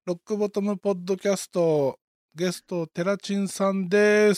ロックボトムポッドキャスト、ゲスト、テラチンさんです。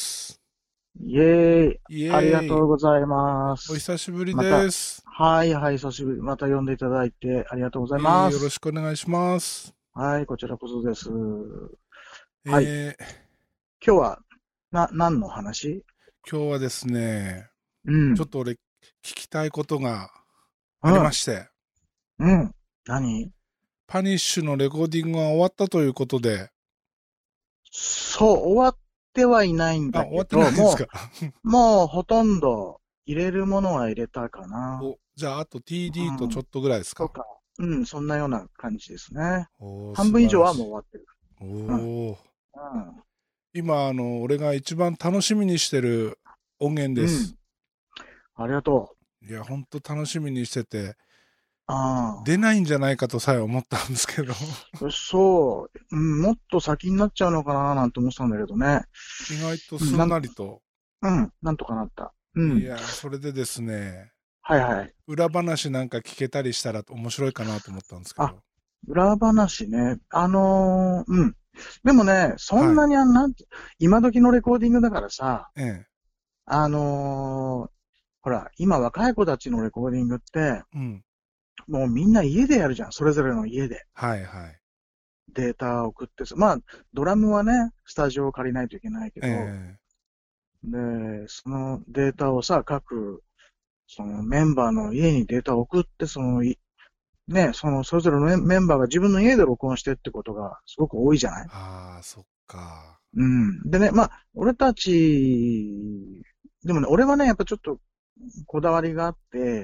イエーイ。 イエありがーイ。 とうございまおす。 久しぶりまた、 です。 はいはい、久しぶり。また呼んでいただいてありがとうございいえいえ、 ます。 よろしくお願いします。 はい、こちらこそです。はい。 えー、 今日は、何の話？ 今日はですね、 うん。 ちょっと俺、聞きたいことがありまうん。 して、 うん。何？ パニッシュのレコーディングが終わったということで、 そう、終わってはいないんあ、 だ終わってなけど、 いですか？ もうほとんど入れるものは入れたかな。 じゃあ、あと TD とうん。 ちょっとぐらいですか？ とか、うん、そんなような感じですね。半素分以上は晴らしい。 もう終わってる。うん。 おー。 うん。 今、俺が一番楽しみにしてる音源です。 うん。ありがといや、ほんと楽しみにしてて、 う。あ出ないんじゃないかとさえ思ったんですけど、 あ、そう、うん、もっと先になっちゃうのかななんて思ってたんだけどね。 意外とうん、 すんなりと。 なんとかなった。うん。 いや、それでですね、 はいはい。 裏話なんか聞けたりしたら面白いかなと思ったんですけあ、 ど。 裏話ね。うん。でもね、そんはい。 なに今時のレコーディングだからさ、 ええ。 あのーほら、今若い子たちのレコーディングって、 うん。 もうみんな家でやるじゃん。それぞれの家で。 はいはい。 データを送ってまあ、ドラムはね、スタジオを借りないといけないけえど、 え。 で、そのデータをさ、そのメンバーの家にデータを送って、それぞれのメンバーが自分の家で録音してってことがすごく多いじゃない？ ああ、そっか。 うん。でね、まあ、俺たち、でもね、俺はね、やっぱちょっとこだわりがあって、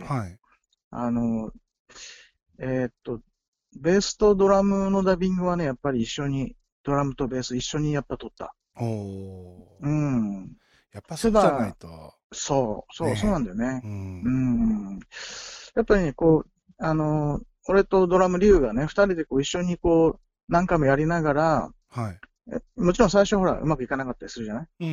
はい。 あの、えーっと、ベースとドラムのダビングはね、やっぱりドラムとベース一緒にやっぱ撮った。 おお。 うん。 やっぱそうじゃないただ、 と。 そうなねんだよね。 え。ううん。 ん。やっぱりね、俺とドラムリュウがね、二人でこう一緒に何回もやりながら、 はい。 もちろん最初ほら、うまくいかなかったりするじゃない？ うん。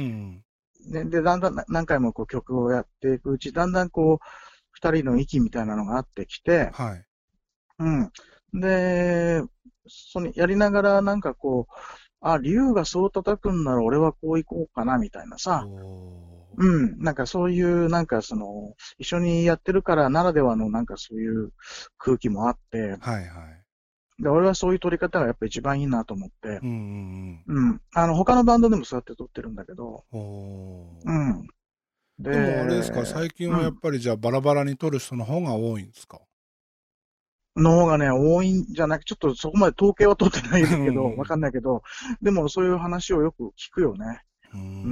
で、だんだん何回もこう曲をやっていくうち、だんだん二人の息みたいなのがあってきて、 はい。 うん。で、やりながらリュウがそう叩くんなら俺はこう行こうかな、みたいなおさ。 お。 うん。なんかそういう、一緒にやってるからならではのそういう空気もあって、 はいはい。 で、俺はそういう撮り方がやっぱ一番いいなと思って、 うんうんうん。他のバンドでもそうやって撮ってるんだけど、 うん。おお。 うん。 でもあれですで、 か、最近うん。 はやっぱりじゃあバラバラに撮る人の方が多いんですか？ の方がね、多いんじゃなく、ちょっとそこまで統計は取ってなういけど、わん。 かんないけど、でもそういう話をよく聞くよね。 うーうん。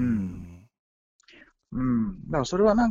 ん。 うん。だからそれは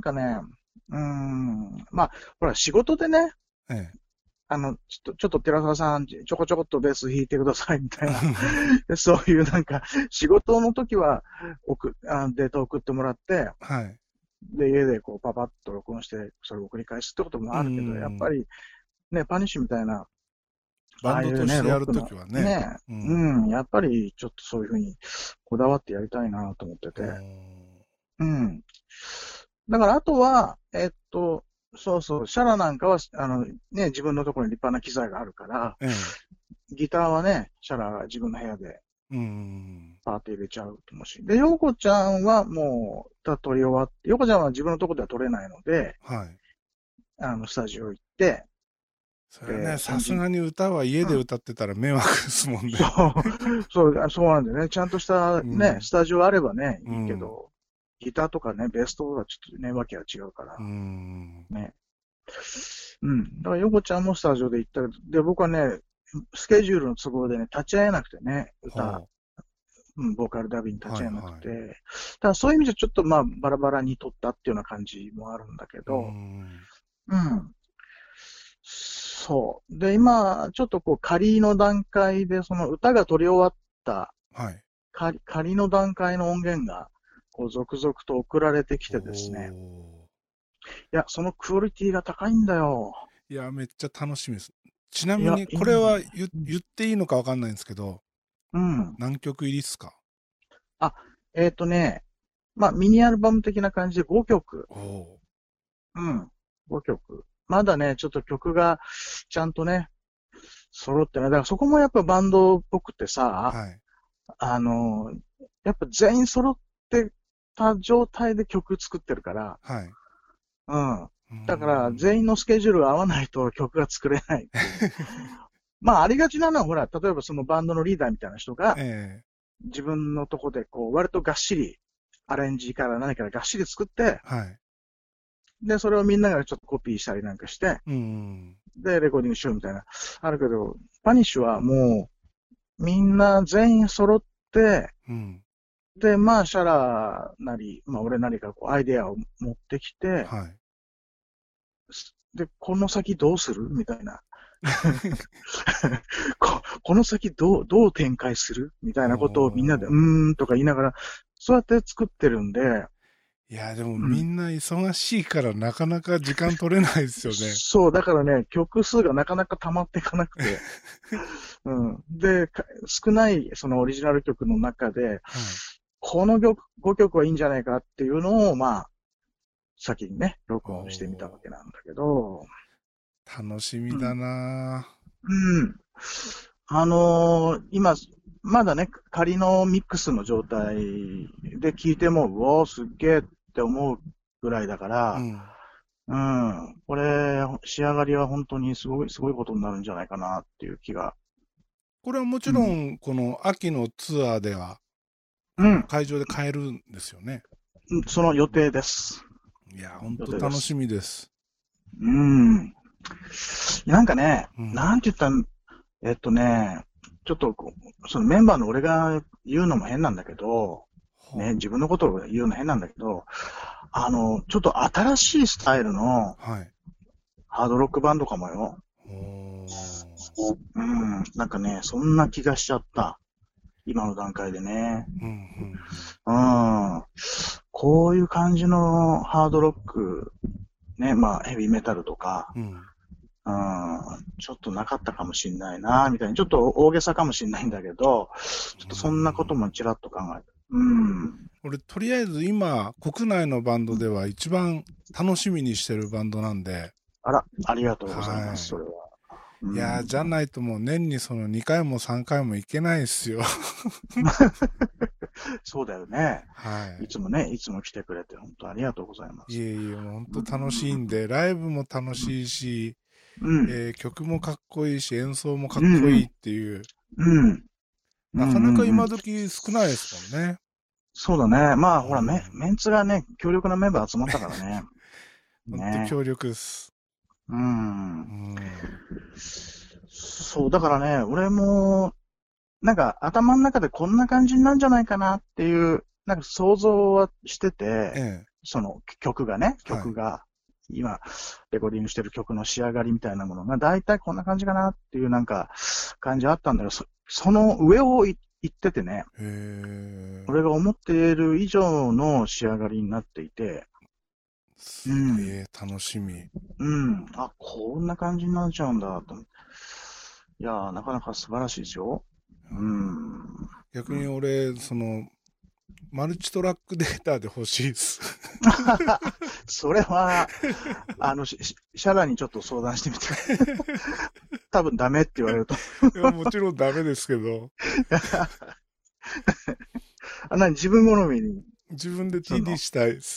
まあ、ほら、仕事でね、 ええ。 ちょっと寺澤さん、ちょこちょこっとベース弾いてくださいみたいな、そういう仕事の時はデータを送ってもらって、 はい。 で、家でパパッと録音して、それを繰り返すってこともうーあるけど、やっぱん。 りね、パニッシュみたいな、 バンドああいうね、 としてやるとロックの、 きはね。 ね、 うん。 うん、やっぱりちょっとそういうふうにこだわってやりたいなと思っておて。 ー。 うん。だからあとは、そうそう、シャラなんかは、自分のところに立派な機材があるから、 ええ。 ギターはね、シャラが自分の部屋でうーん。 パーティー入れちゃうと思うし。で、ヨコちゃんはもう歌取り終わって、ヨコちゃんは自分のところでは取れないので、 はい。 スタジオ行って、で、 それはね、さすがに歌は家うん。 で歌ってたら迷惑ですもんね。 そう、そうなんだよね。ちゃんとしたね、 うん。 スタジオあればね、いいけうん。 ど、ギターとかね、ベースとはちょっとね、わけが違うかうら、 ん。 ね。うん。だから、ヨコちゃんもスタジオで行ったけど、で、僕はね、スケジュールの都合でね、立ち会えなくてね、 ほう。 ボーカルダビに立はいち会えなくはい。 て、ただそういう意味じゃちょっとまあ、バラバラに撮ったっていうような感じもあるんだけうど、 ん。 うん。そう。で、今、ちょっと仮の段階で、その歌が撮り終わったはい。 仮の段階の音源が、続々と送られてきおてですね。 ー。 いや、そのクオリティが高いんだよ。 いや、めっちゃ楽しみです。ちないや、 みに、 いいんだよ。 これは言っていいのかわかんないんですけど、 うん。 何曲入りっすか？ あ、ね、まあ、ミニアルバム的な感じで5曲。 おおうん。5曲。まだね、ちょっと曲が、ちゃんとね、 揃ってね。だからそこもやっぱバンドっぽくてさ、 はい。 あの、やっぱ全員揃ってた状態で曲作ってるから、 はい。 うん。 うーだから全員ん。 のスケジュールが合わないと曲が作れないっていう。まあありがちなのはほら、例えばそのバンドのリーダーみたいな人がええ、 自分のとこでこう割とがっしりアレンジから何からがっしり作って、 はい。 で、それをみんながちょっとコピーしたりなんかして、 うーん。 で、レコーディングしようみたいな。あるけど、パニッシュはもうみんな全員揃って、 うん。 で、まあ、シャラなり、まあ、俺なりがこうアイデアを持ってきて、 はい。 で、この先どうするみたいな。この先どう展開するみたいなことをみんなで、 おー。 とか言いながら、そうやって作ってるんで、 いや、でもうん。 みんな忙しいからなかなか時間取れないですよね。 そう、だからね、曲数がなかなか溜まっていかなくて、うん。で、少ないそのオリジナル曲の中で、 はい。 この5曲はいいんじゃないかっていうのを、まあ、先にね、録音してみたわおけなんだけど、 ー、楽しみだうん。 なうん。今、まだね、仮のミックスの状態で聞いても、うおー、すっげーって思うぐらいだかぁ。うら、 ん。 うん。これ、仕上がりは本当にすごいことになるんじゃないかなっていう気が。 これはもちうん。 ろん、この秋のツアーでは、 うん。 会場で買えるんですよね。 その予定です。 いや、ほん予と楽し定です。 みです。 うん。なんかね、 うん。 なんて言ったん、ちょっとそのメンバーの俺が言うのも変なんだけど、ね、 は自分のことを言うの変なんだけど、ちょっと新しいスタイルのあ、はい。 ハードロックバンドかもよ。 おー。 うん、なんかね、そんな気がしちゃった。今の段階でね。 うん、うん、 うん。こういう感じのハードロック、ね、まあヘビーメタルとか、 うん。うん。 うん、ちょっとなかったかもしんないな、みたいに、ちょっと大げさかもしんないんだけど、ちょっうーとそんなこともん。 ちらっと考えて。うん。 俺、とりあえず今、国内のバンドでは一番楽しみにしてるバンドなんで、 あら、ありがとうございます、そはい。 れは。ういやー、 ん。 じゃないともう年にその2回も3回も行けないっすよ。 そうだよね。 はいつも来てくれて、本当ありがとうございまい。いす。 えいえ、もうほんうん。 と楽しいんで、ライブも楽しいし、 うん。 曲もかっこいいし、演奏もかうん。 っこいいっていう、 うん。うん。うん。 なかなかうん。 今時少ないですもんね。 そうだね。まあ、 うほら、 ん。 メンツがね、強力なメンバー集まったからね。 ほんとね。 強力っす。 うん。 うん。 そう、だからね、俺も、なんか頭の中でこんな感じになるんじゃないかなっていう、なんか想像はしてて、 ええ、 そのはい。 曲が、今、レコーディングしてる曲の仕上がりみたいなものが、だいたいこんな感じかなっていうなんか、感じあったんだけど、その上を行っててね、 へえ、 俺が思っている以上の仕上がりになっていて、うすん、 げえ楽しみ。 あ、こんな感じになっちゃうんだ、と。いやー、なかなか素晴らしいですよ。うん。 逆に俺、その、マルチトラックデータで欲しいっす。 それは、シャラにちょっと相談してみて。多分ダメって言われると。 いや、もちろんダメですけど、 自分好みに自分ですん TD の？ したいです。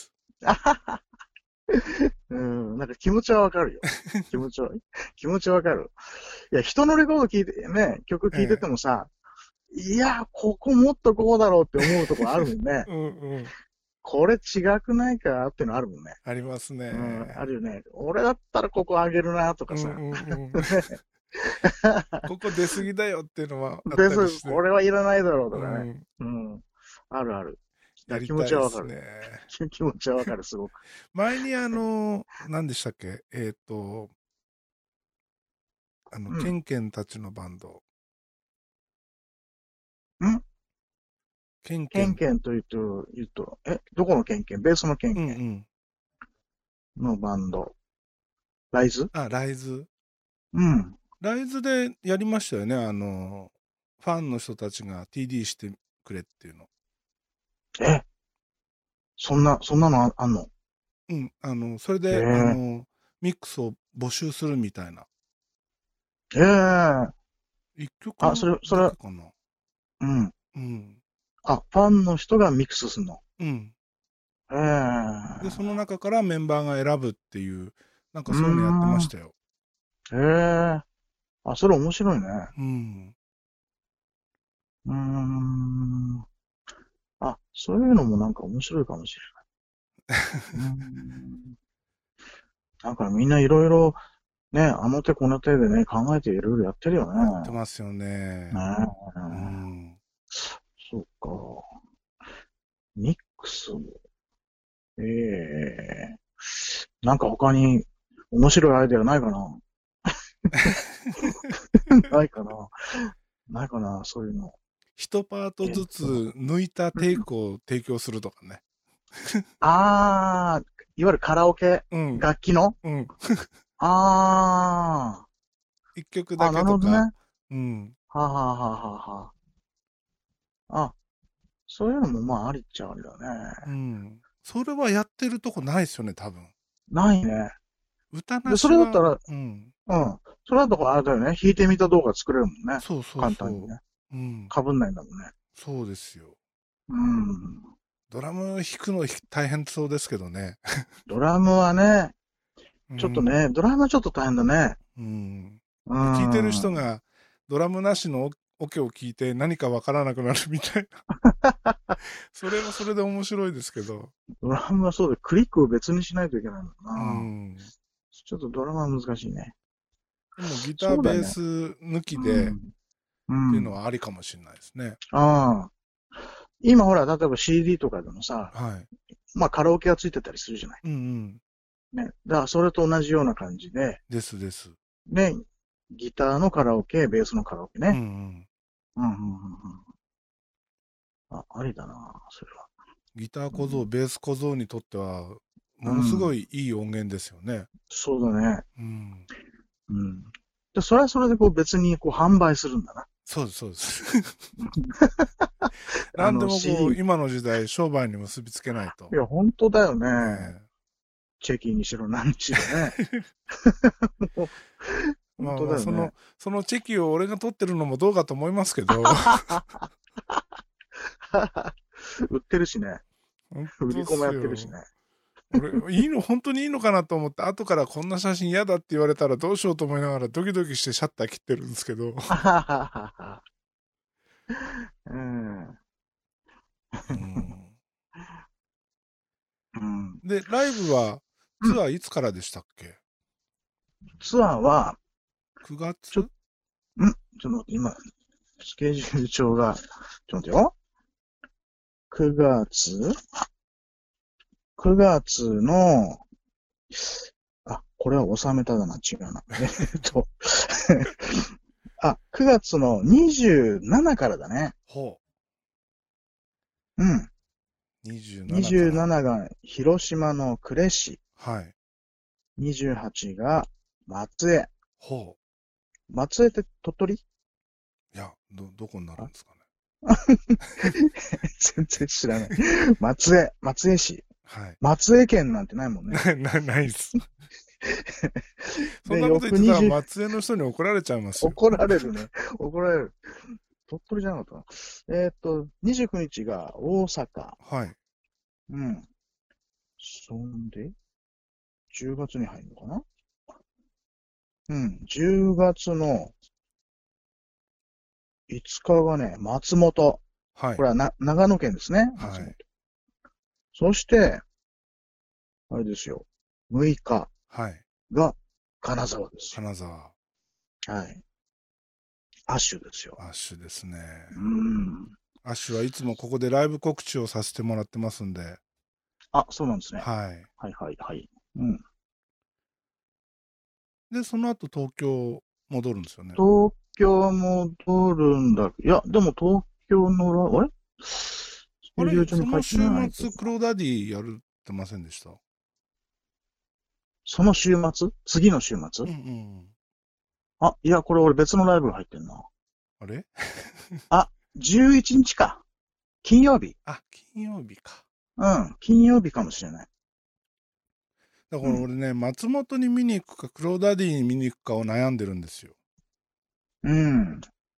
うん、なんか気持ちはわかるよ。気持ちはわかる。いや、人のレコード聞いて、ね、曲聴いててええ。 もさ、いや、ここもっとこうだろうって思うとこあるもんね。 うんうん。 これ違くないかってのあるもんね。 ありますうん、あね。 るよね。俺だったらここあげるなとかさ。 うんうんうん。ここ出過ぎだよっていうのはあっで、 たりして。 これはいらないだろうとかね。 うん。 うん。あるある。 やり気持たいですちはわかる。 ね。 気持ちはわかる、すごく。 前に何でしたっけケうん。 ンケンたちのバンド。 んケンケン。 ケンケンとどこのケンケン？ベースのケンケうんうん。 ンのバンド。ライズ？ あ、ライズ。 うん。 ライズでやりましたよね。ファンの人たちが TD してくれっていうの。 え、そんなのあんの？ うん。それで、 えミックスを募集するみたいな。 えええ一あ、 曲それは、 だけかな。 うん。 うん。 あ、ファンの人がミックスすんの。 うん。 えで、そえの中からメンバーが選ぶっていう、なんかうーそういうのやってましん。 たよ。 ええあ、それ面白いね。 うん。 うーん。あ、そういうのもなんか面白いかもしれない。うーん。なんかみんないろいろね、あの手この手でね、考えていろいろやってるよやってね。 ますよね。 ねうえ。 ん。 そうか。ミックス。ええなんか他に面白いアイデアないかな？ないかな？ないかなそういうの。 一パートずつ抜いたテイクを提供するとかね。 ああ、いわゆるカラオケうん。 楽器のうん。 あ一曲あ、 だあ、なるほどね。 けとか。 はうん。 あ、はあはあはあはあ。あ、そういうのもまあありっちゃありだね。 うん。それはやってるとこないですよね、多分。 ないね。 歌なで、そしは、 れだったら、 うん。 うん。それだったらあれだよね。弾いてみた動画作れるもんね。 そうそうそ簡単にね。 う。うん。 被んないんだもんね。 そうですよ。 うん。 ドラム弾くの大変そうですけどね。 ドラムはね、 うん。 ちょっとね、ドラムはちょっと大変だね。 うん。 うで、聞いてる人ん。 がドラムなしのオケを聞いて何かわからなくなるみたいな。それはそれで面白いですけど。 ドラムはそうで、クリックを別にしないといけないもんうな。 ん。 ちょっとドラムは難しいね。 でもギター、 そうだね。 ベース抜きでっうん。うていうのん。 はありかもしれないですね。 ああ。今ほら、例えば CD とかでもさ、 はい。 まあカラオケがついてたりするじゃない。 うんうん。 ね。だからそれと同じような感じで、 ですです。 ね、ギターのカラオケ、ベースのカラオケうんうね。 ん。 うん、うん、うん。うんあ、ありだな、それは。 ギター小僧、ベース小僧にとっては、ものすうん。うん。 ごいいい音源ですよね。 そうだね。 うん。 うん。で、それはそれでこう別にこう販売するんだな。 そうです、そうです。何であのもこう、 CD。 今の時代、商売に結びつけないと。 いや、本当だよねね。 え。 チェキにしろ、何にしろね。もう本まあまあ、 当だよね。 そのチェキを俺が取ってるのもどうかと思いますけど、 売ってるしね。 本当っ売り子もやってるしね。 すよ。俺、本当にいいのかなと思って、後からこんな写真嫌だって言われたらどうしようと思いながらドキドキしてシャッター切ってるんですけど。 うん。 うん。 うん。 で、ライブは、 うんツアーいつからでしたっけ？ ツアーは、 9 ちょ、 月？ ちょっと待って、今、スケジュール帳が、ちょっと待ってよ。9月 ?9 月の、あ、これは収めただな、違うな。あ、9月の27からだね。 ほうん。 う。27から。 27が広島の呉市。 はい。 28が松江。 ほ松江って鳥取？ う。いや、どこになるんあですかね。 全然知らない。松江市。 はい。 松江県なんてないもんね。 ないっす。そんで、 なこと言っ翌てたら 20、 松江の人に怒られちゃいますよ。 怒られるね。怒られる。鳥取じゃなかったな。29日が大阪。 はい。 うん。そんで、10月に入るのかな？うん。10月の5日がね、松本。 はい。 これは長野県ですね。松本。 はい。 そして、あれですよ。6日はい。 が金沢ですよ。 金沢、 はい。アッシュですよ。 アッシュですね。 うーん。 アッシュはいつもここでライブ告知をさせてもらってますんで。 あ、そうなんですね。 はい。 はいはいはい。うん。 で、その後東京戻るんですよね。 東京戻るんだ。いや、でも東京のあれスケジュール帳に書いてその週ないけど。 末、クロダディやるってませんでした？ その週末次の週末うんうん。 あ、いや、これ俺別のライブが入ってんな。 あれあ、11日か。金曜日。 あ、金曜日か。 うん。金曜日かもしれない。 だかうん。 ら俺ね、松本に見に行くか、クロダディに見に行くかを悩んでるんですよ。 うん。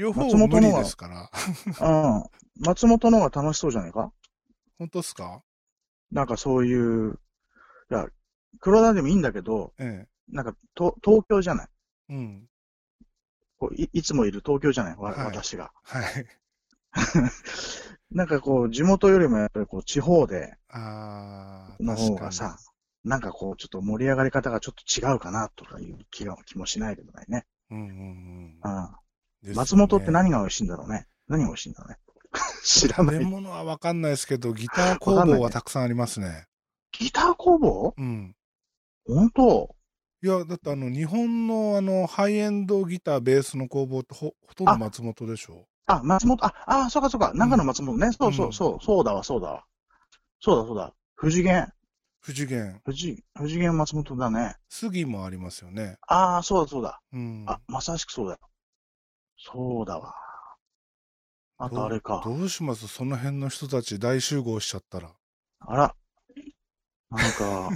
両方松本のが無理です、から。 松本の方が楽しそうじゃないか。 本当っすか？ なんかそういう、いや、黒田でもいいんだけど、 ええ。 なんか東京じゃない。 うん。 こういつもいる東京じゃない、 はい。 私が。 はい。 なんかこう、地元よりもやっぱりこう、地方でああ、 の確かに。 方がさ、なんかこう、ちょっと盛り上がり方がちょっと違うかな、とかいう気もしないけどないね。 うんうんうん。 うん。 ですよ松本って何ね。 が美味しいんだろうね。何が美味しいんだろうね。知ら食べない。 物はわかんないですけど、ギター工房はわかんないね。 たくさんありますね。 ギター工房。 うん。 本当。 いや、だって日本のハイエンドギター、ベースの工房ってほとんどあ、 松本でしょ？ 松本、そうかそうか。長野うん。 松本ね。そうそううん。 そう。そうだわ、そうだわ。そうだそうだ。藤源。 富士源。 藤源松本だね。 杉もありますよね。 そうだそうだ。 うん。 まさしくそうだよ。そうだわ。あとあれか。 どうします？その辺の人たち大集合しちゃったら。 あら、なんか、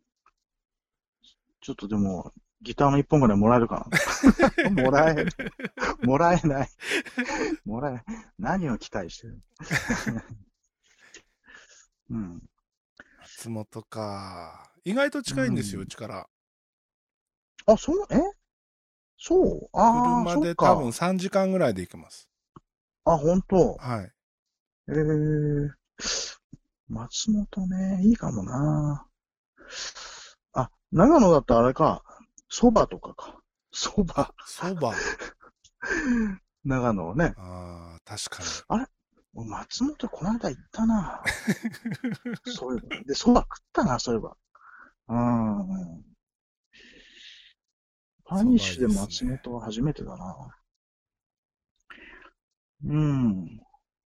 ちょっとでも、ギターの一本ぐらいもらえるかな。もらえない。もらえ、何を期待してる。うん。 松本か。意外とう近いんですよ、うん。 ちから。 そう。 車で多分そっか。 3時間ぐらいで行けます。 本当。 はい。 えー、松本ね、いいかもな。長野だったらあれか。蕎麦とかか。蕎麦。 あ、そば。 長野ね。 ああ、確かに。 あれ松本この間行ったな。そういえば。で、蕎麦食ったな、そういえば。うん。パそニッシュでばいいっすね。 松本は初めてだな。うん。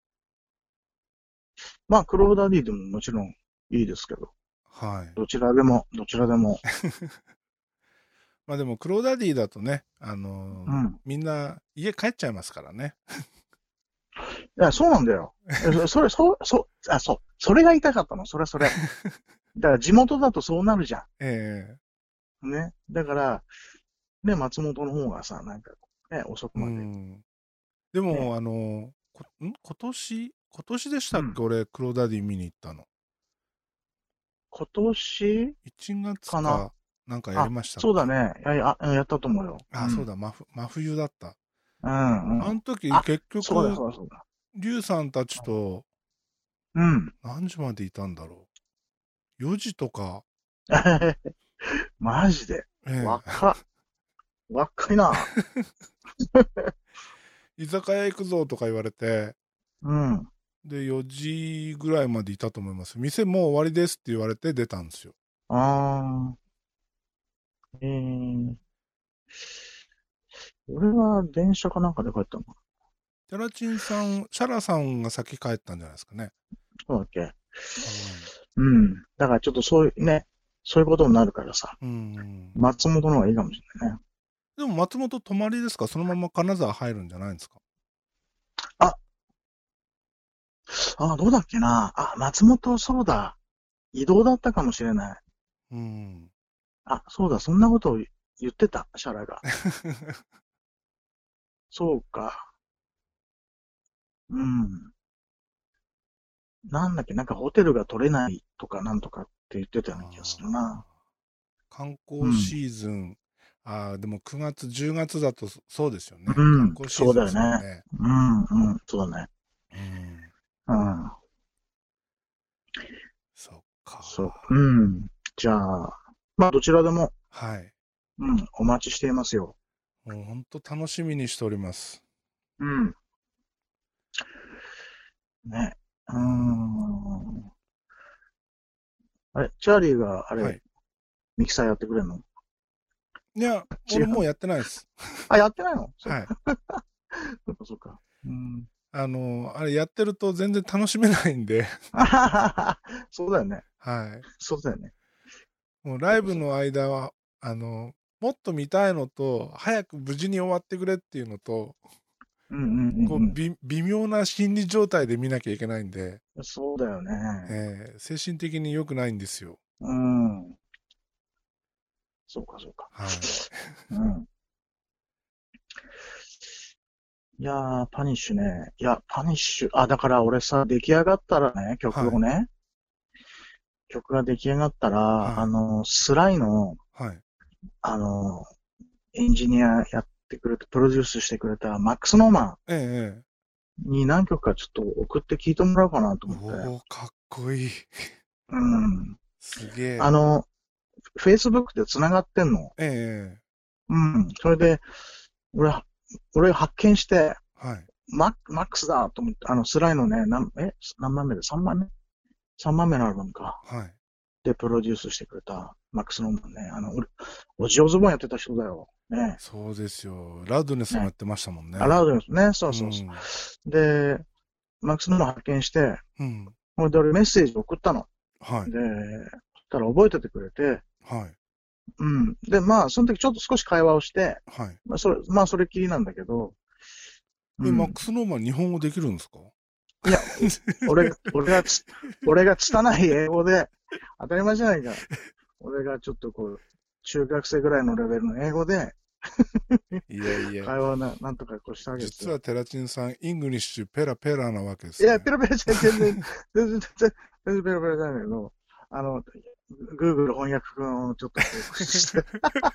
まあ、クローダー D でももちろんいいですけど。 はい。 どちらでも。 まあでも、クローダディだとね、 うん。 みんな家帰っちゃいますからね。 いや、そうなんだよ。それが言いたかったの。それ。だから地元だとそうなるじゃええ。 ん。ね。だから、ね、松本の方がさ、なんか、ね、遅くうまで。 ん。でね。 も、今年でしたうん。 っけ？俺、クローダディ見に行ったの。 今年 1月かな。 か、なんかやりましたっけ？ そうだね。やったと思うよ。うあ、そうん。 だ、真冬だった。 うんうん。 あの時、結そうだ局、 そうだそうだ。 リュウさんたちとうん。 何時までいたんだろう。4時とか、 マジで。 ええ。 若っ。若いな。 居酒屋行くぞとか言われて、 うん。 で、4時ぐらいまでいたと思います。店もう終わりですって言われて出たんですよ。 あ俺は電車かなんかで帰ったのかテラチンさん、シャラさんが先帰ったんじゃないですかね。 な。そうだっけ。 多分。 うん。だからちょっとそういうね、そういうことになるからさ、 うん。 松本の方がいいかもしれないね。 でも松本泊まりですか？そのまま金沢入るんじゃないんですか？ あ、どうだっけな。松本、そうだ。移動だったかもしれない。 うん。 そうだ。そんなことを言ってた、シャラが。そうか。うん。なんだっけ、なんかホテルが取れないとかなんとかって言ってたような気がするな。 あー、観うん。 光シーズン。でも9月、10月だとそうですよね。観うん。そう光シーズンでだよね。 すもんね。 うん、うん。そうだね。 うん。 うん。 そっか。 そう。うん。じゃあ、まあ、どちらでも、 はい。 うん、お待ちしていますよ。 もうほんと楽しみにしております。 うん。ね。うーうん。 ん。チャーリーが、 はい。 ミキサーやってくれんの？ いや、 違う。 俺もうやってないです。 やってないの？そうか、 はい。 そうか、そうか。うん。 あれやってると全然楽しめないんで、 そうだよね。 はい。 そうだよね。 もうラそうか、そうか。 イブの間は、もっと見たいのと、早く無事に終わってくれっていうのと、 うんうんこう、 うん微妙な心理状態で見なきゃいけないんで、 うん。そうだよね。 精神的に良くないんですよ。 うん。そうか、そうか。 はい。 うん。 いやー、パニッシュね。いや、パニッシュ。あ、だから俺さ、出来上がったらね、 はい。 曲が出来上がったら、 はい。 スライの、 はい。 あの、エンジニアやってくれて、プロデュースしてくれたマックス・ノーマええ、ええ。 ンに何曲かちょっと送って聞いてもらおうかなと思って。 おお、かっこいい。 うん。 すげえ。 あの、Facebook で繋がってんの。 ええ、ええ。 うん。それで、俺、俺発見して、 はい。 マックスだと思って、スライのね、何枚目で ?3 枚目？ 3 枚目のアルバムか。 はい。 で、プロデュースしてくれた、マックス・ノーマンね。オジオズボーンやってた人だよ。ね。 そうですよ。ラウドネスもやね。 ってましたもんね。 アラウドですね。そうそうそうん。 う。で、マックス・ノーマン発見して、 うん。 ほいで俺メッセージ送ったの。 はい。 で、そしたら覚えててくれて、 はい。 うん。で、まあ、その時ちょっと少し会話をして、 はい。 まあ、それっきりなんだけど、うマッん。 クス・ノーマン日本語できるんですか？ いや、俺が拙い英語で、当たり前じゃないか。俺がちょっとこう、中学生ぐらいのレベルの英語で、 いやいや、 会話をなんとかこうしたわけですよ。 実はテラチンさん、イングリッシュペラペラなわけでいや、 すね。 ペラペラじゃ全然ペラペラじゃないけど、あの、Google 翻訳君をちょっとこう駆使して、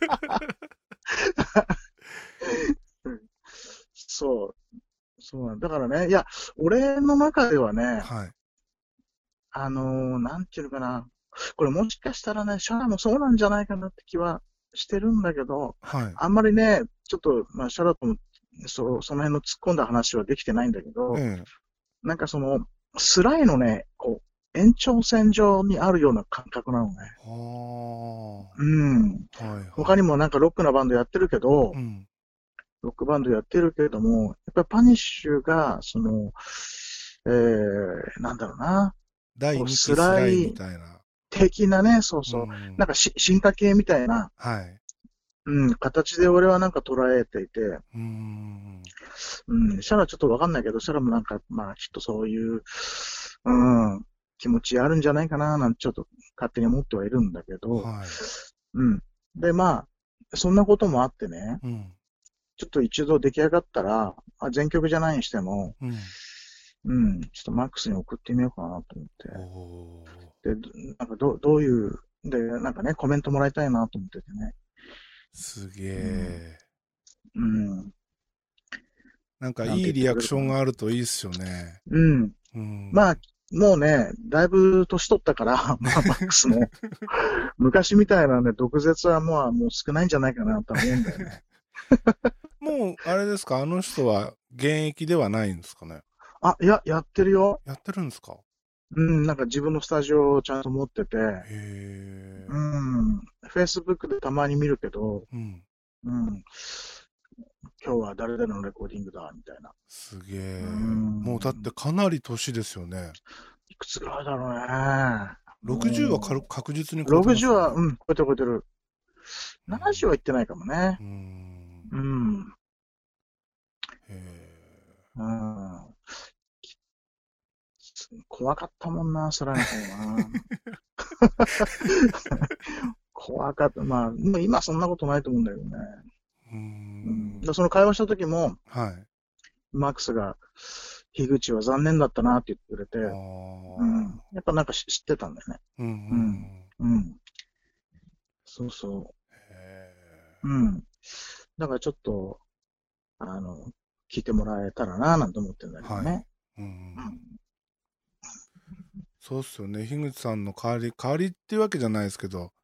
うんそう、そうなんだからね、いや、俺の中ではね、 はい。 なんていうのかな、これもしかしたらね、シャラもそうなんじゃないかなって気はしてるんだけど、 はい。 あんまりね、ちょっと、まあ、シャラとも、その辺の突っ込んだ話はできてないんだけど、 ええ。 なんかその、スライのね、こう、延長線上にあるような感覚なのね。 はうん。 あ。はいはい。 他にもなんかロックなバンドやってるけど、 うん。 ロックバンドやってるけれども、やっぱりパニッシュが、なんだろうな、 第こう、 2期スライみスライたいな。 的なね、そううそう、なんん。 か進化系みたいな、 はい。 うん、形で俺はなんか捉えていて、 うん。 うん、シャラちょっとわかんないけど、シャラもなんか、まあ、きっとそういう、うん、気持ちあるんじゃないかな、なんてちょっと勝手に思ってはいるんだけど、 はい。 うん。で、まあ、そんなこともあってね、 うん。 ちょっと一度出来上がったら、全曲じゃないにしても、 うん。 うん、ちょっとマックスに送ってみようかなと思っおお。 て。で、なんかどういう、で、なんかね、コメントもらいたいなと思っててね。 すげうん、 え。 うん、 なんかなんて言っいいリアクてくれるかな。 ションがあるといいっすよね。 うん。 うまあ、 ん。 もうね、だいぶ年取ったから、まあ、マックスも、昔みたいなね、毒舌はもう少ないんじゃないかなとは思うんだよね。 もう、あれですか、あの人は現役ではないんですかね。 あ、いや、やってるよ。 やってるんですか？ うん、なんか自分のスタジオをちゃんと持ってて、 へうえ。 ん、Facebook でたまに見るけど、 うん。 うん、今日は誰々のレコーディングだ、みたいな。 すげうえ。もうだってん、 かなり年ですよね。 いくつぐらいだろうね。 60はも確実にう、 超えてます 60は、 よね。 うん、超えてる。 う 70はん。 行ってないかもね。 うん。 うん、 へえ。 うん。怖かったもんな、空の方な。怖かった。まあ、もう今そんなことないと思うんだけどね。 ううん。 ん。 で、その会話した時も、 はい。 マックスが、樋口は残念だったなって言ってくれて、 あうん。 あ。 やっぱなんか知ってたんだよね。 うんうんううん。 ん。 うん。そうそへう。うん。だからちょっと、あの、聞いてもらえたらな、なんて思ってるんだえ。はい。 けどね。 ううん。 ん。そうっすよね。樋口さんの代わりっていうわけじゃないですけど、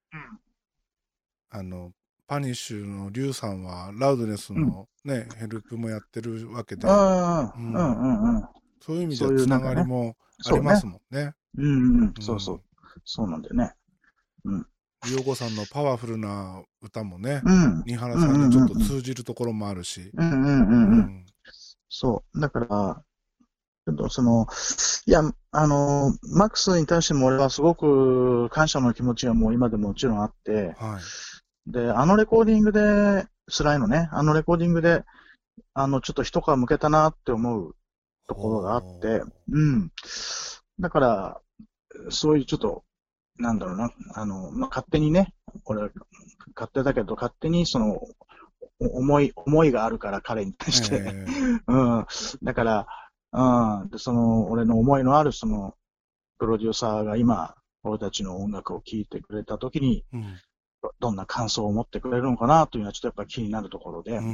あの、パニッシュのリュウさんはラウドネスうん。 のね、ヘルプもやってるわけで、 ああ、うんうん。 うんうん。 そういう意味じそういうゃつななんかね。 がりもありそうね。 ますもんね。 うんうん。そうそう。 うん。 そうなんだよね。うん。 リオコさんのパワフルな歌もね、 うん。 新原うんうさんにちょっとんうんうん。 通じるところもあるし、 うんうんうんうん。 うん。 そう。だから、ちょっといや、マックスに対しても俺はすごく感謝の気持ちはもう今でももちろんあって、 はい。 で、あのレコーディングで、スライのね、あのレコーディングで、ちょっと一皮向けたなって思うところがあって、 ほうん。だから、そういうちょっと、なんだろうな、まあ、勝手にね、俺は勝手だけど、勝手に思いがあるから、彼に対して。 えうん。だから、うん。で、俺の思いのある、プロデューサーが今、俺たちの音楽を聴いてくれたときに、 うん。 どんな感想を持ってくれるのかなというのはちょっとやっぱり気になるところで、 うん。うん。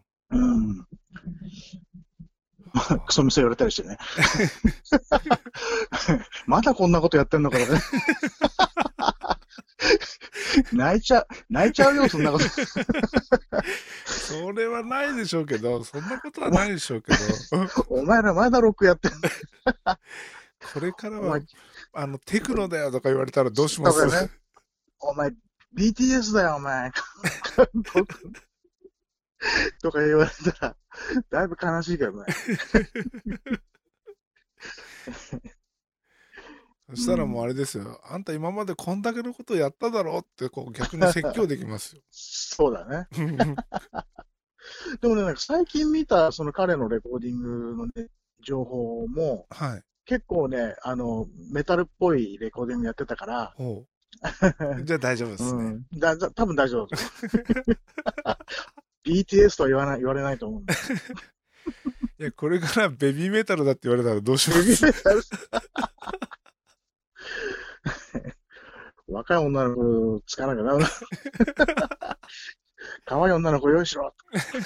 うん。 はクソみそ言われたりしてね。まだこんなことやってんのかとかね。泣いちゃうよ、そんなこと。 それはないでしょうけど、そんなことはないでしょうけど、 お前らまだロックやってんの。 これからは、 お前、 テクノだよとか言われたらどうします？ とかね。お前、BTS だよ、お前。とか言われたら、だいぶ悲しいけどね。 そしたらもうあうん。 れですよ。あんた今までこんだけのことやっただろうって、こう逆に説教できますよ。 そうだね。でもね、なんか最近見た、その彼のレコーディングのね、情報も、 はい。 結構ね、メタルっぽいレコーディングやってたから、 ほう。じゃあ大丈夫ですね。 うん。多分大丈夫だと思う。BTS とは言われないと思うんだよ。 いや、これからベビーメタルだって言われたらどうしまベビーす？ メタル、若い女の子つかなきゃダメだ。可愛い女の子用意しろ。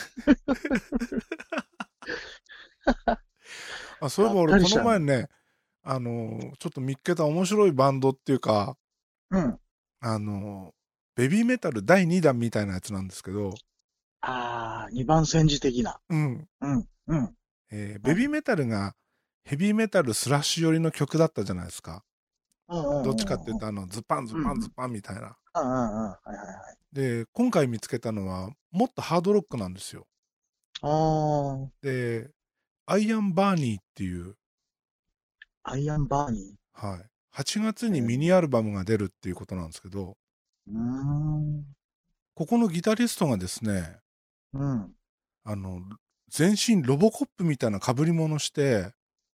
あ、そういえがっば俺このかりしたね。 前ね、ちょっと見っけた面白いバンドっていうか、 うん。 あの、ベビーメタル第2弾みたいなやつなんですけど、 ああ、二番煎じ的な。 うん。 うん、うん、うん。 ベビーメタルがヘビーメタルスラッシュ寄りの曲だったじゃないですか。 うん、うん、 どっちかっていううん、 と、ズパンズうん。うん、うん。 パンズパンみたいな。 うん、うん、はいはいはい。 で、今回見つけたのは、もっとハードロックなんですよ。 あで、アイアンバーニーっていう、 あ、アイアンバーニはい。8月ー。 にミニアルバムが出るっていうことなんですけど、 うーん、 ここのギタリストがですね、 うん。 あの、全身ロボコップみたいな被り物して、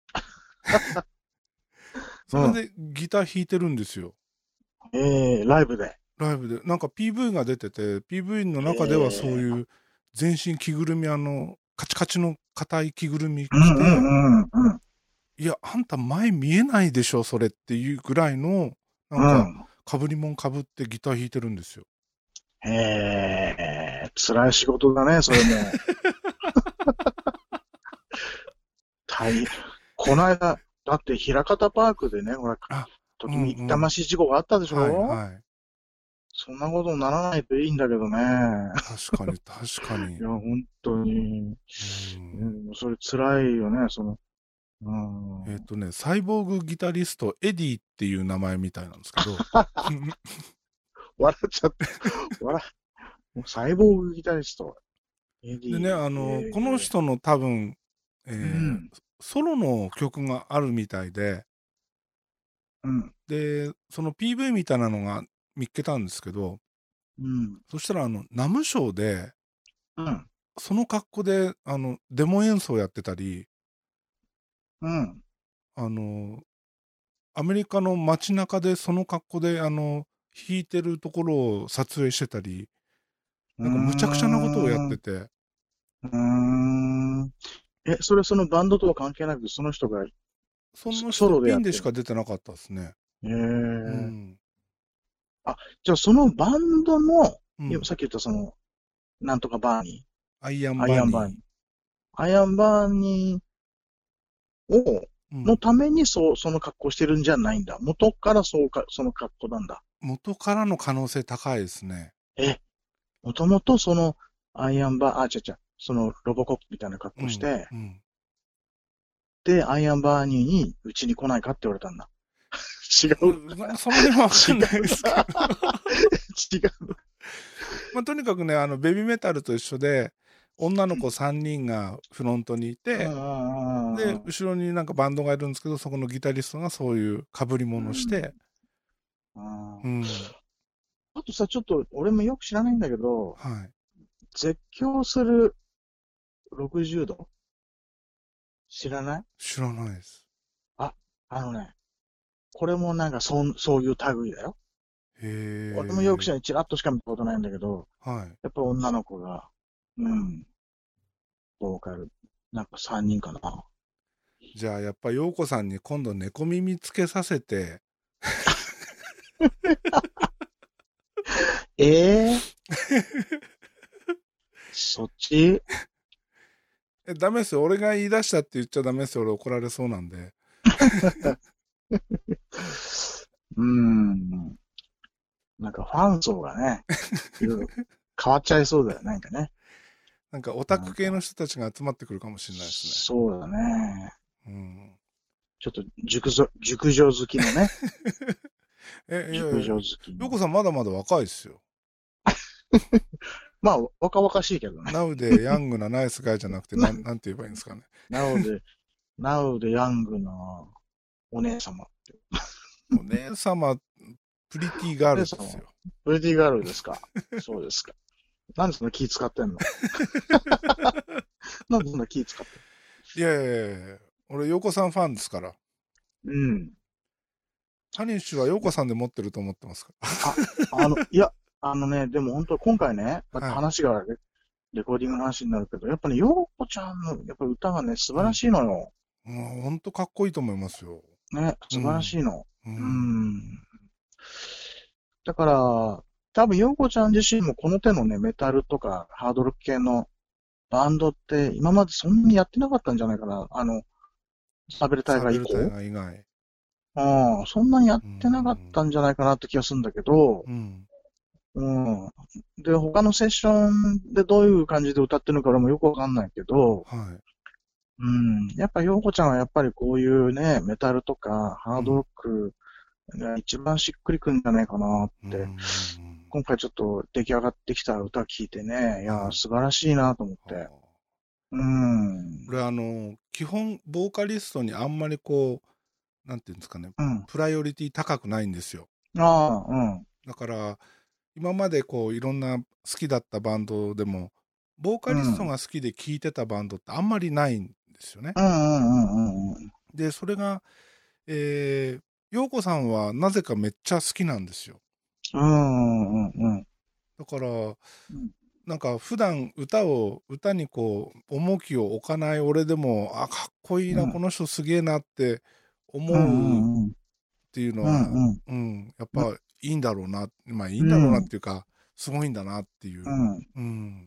うん。 それでギター弾いてるんですよ。 ライブで。 ライブで。なんか PV が出てて、PV の中ではそうえいう全身着ぐるみ、カチカチの硬い着ぐるみうん、 着て、 うん、うん、うん。 いや、あんた前見えないでしょ、それっていうぐらいの、なんか、 うん。 被り物被ってギター弾いてるんですよ。 辛い仕事だね、それも。大変。この間、だって、枚方パークでね、ほら、 あ、う時に痛まんうん。 しい事故があったでしはいょ？ はい。 そんなことにならないといいんだけどね。 確かに確かに。 いや、本当に。 うん。 それ辛いよね、うん。 サイボーグギタリスト、エディっていう名前みたいなんですけど、 笑っちゃった。笑もうサイボーグギタリスト。エデでね、 ィ、 この人の多分、 うん、 ソロの曲があるみたいで、 うん、 で、その PV みたいなのが見っけたんですけど、 うん、 そしたらナムショーで、 うん、 その格好で、デモ演奏やってたり、 うん。 あの、アメリカの街中でその格好で、弾いてるところを撮影してたり、 うーなんかむちゃくちゃなことをやっん、 てて、 うーん。それそのバンドとは関係なく、その人がそのソ人ピンでロでやってるしか出てなかったですね。うの？ ん。 あ、じゃあそのバンドの、 うん。 さっき言ったなんとかバーニー、 アイアンアイアンバーニー。 バニアイアンバーニーー。うん。 のためにその格好してるんじゃないんだ。元からその格好なんだ。 元からの可能性高いですね。 え、もともとそのアイアンバー、そのロボコップみたいな格うん。 好して、 うん。 で、アイアンバーニーにうちに来ないかって言われたんだ。違う。 なんかその辺はわか違う。 んないですけど。 違う。 まあ、とにかくね、ベビーメタルと一緒で、女の子3人がフロントにいうんて、で、 うんうん後ろになんかバンドがいるんですけど、そこのギタリストがそういう被り物しうん。 て、 うん。 うん。 あとさ、ちょっと俺もよく知らないんだけど、 はい。 絶叫する60度知らない？ 知らないです。 あ、あのね、これもなんかそういう類だよ。 へ俺もよく知え。 らない。チラッとしか見たことないんだけど、 はい。 やっぱ女の子がうん。ボーカル。なんか3人かな。 じゃあやっぱ陽子さんに今度猫耳つけさせて、 ええそっちダメですよ。俺が言い出したって言っちゃダメですよ。俺怒られそうなんで。 うーん。なんかファン層がね、いろいろ変わっちゃいそうだよね。なんかね。 なんかオタク系のなんか、 人たちが集まってくるかもしれないですね。 そうだね。 うん。 ちょっと熟女好きのね。 いやいや、 熟女好きの。 陽子さんまだまだ若いですよ。 まあ、若々しいけどね。 ナウでヤングなナイスガイじゃなくて、なんて言えばいいんですかね。 なのでヤングなお姉様。 お姉様、プリティガーお姉様、 ルですよ。 プレティガールですか。そうですか。なんでそんな気使ってんの？なんでそんな気使っていやいやいや、俺、陽子さんファンですから。 んの？うん。 タニッシュは陽子さんで持ってると思ってますかあ、いや、でも本当今回ね、まら。 たはい。 話がレコーディングの話になるけど、やっぱね、ヨーコちゃんの、やっぱ歌がね、素晴らうん。 しいのよ。 もう、ほんとかっこいいと思いますよ。 ね、素晴らしうん。 いの。 ううん。 ん。だから、多分、ヨーコちゃん自身もこの手のね、メタルとかハードロック系のバンドって今までそんなにやってなかったんじゃないかな。サベルタイサーベルタイガー以降。 ガー以外。 うん、そんなにやっうてなかっん。 たんじゃないかなって気がするんだけど、 うん。 うん。で、他のセッションでどういう感じで歌ってるのか俺もよくわかんないけど、 はい。 うん。やっぱ、ヨーコちゃんはやっぱりこういうね、メタルとかハードロうん。 ックが一番しっくりくんじゃないかなっうん。うて、 ん。 今回ちょっと出来上がってきた歌聞いてね、いやー、 はい。 素晴らしいなと思っはて。 あ。 うん。 俺、基本、ボーカリストにあんまりこう、なんていうんですかね、 うん。 プライオリティ高くないんですよ。 ああ、うん。 だから、今までこう、いろんな好きだったバンドでも、ボーカリストうん。 が好きで聴いてたバンドってあんまりないんですよね。 うんうんうんうんで、それが、陽子さんはなぜかめっちゃ好きなんですよ。 うん。うんうんうんだから、 うん。 なんか普段歌にこう、重きを置かない俺でも、あ、かっこいいな、こうんの人すげえなってう思うっんうんていうのは、 うんうん、やっぱいいんだろうな。まあいいんだろうなっうんていうか、すごいんだなっていう。 うん。 うん。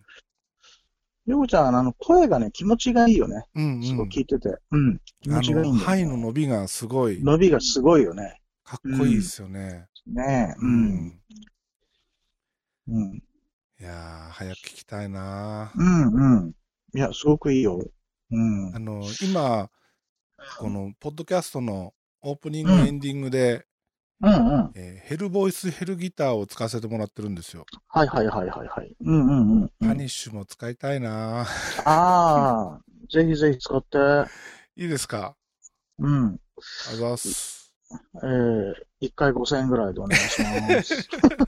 ヨコちゃん、声がね、気持ちがいいよね。 うんうすごいん。 聞いてて。うん。気持ちがいいんだよハイのね。 伸びがすごい、 伸びがすごいよね。 かっうん。 こいいですよね。 ねえ、 ううん。 ん。 うん。 いやー、早く聞きたいな。 うんうん。いや、すごくいいよ。うん。うん今、このポッドキャストのオープニング、エうんンディングで、 うん。 ヘルボイス、ヘルギターを使わせてもらってるんですよ。 はいはいはいはいはい。うんうんうんうん。 パニッシュも使いたいな。 ああ、ぜひぜひ使って。 いいですか？ うん。 あざっす。 1回5000円ぐらいでお願いします。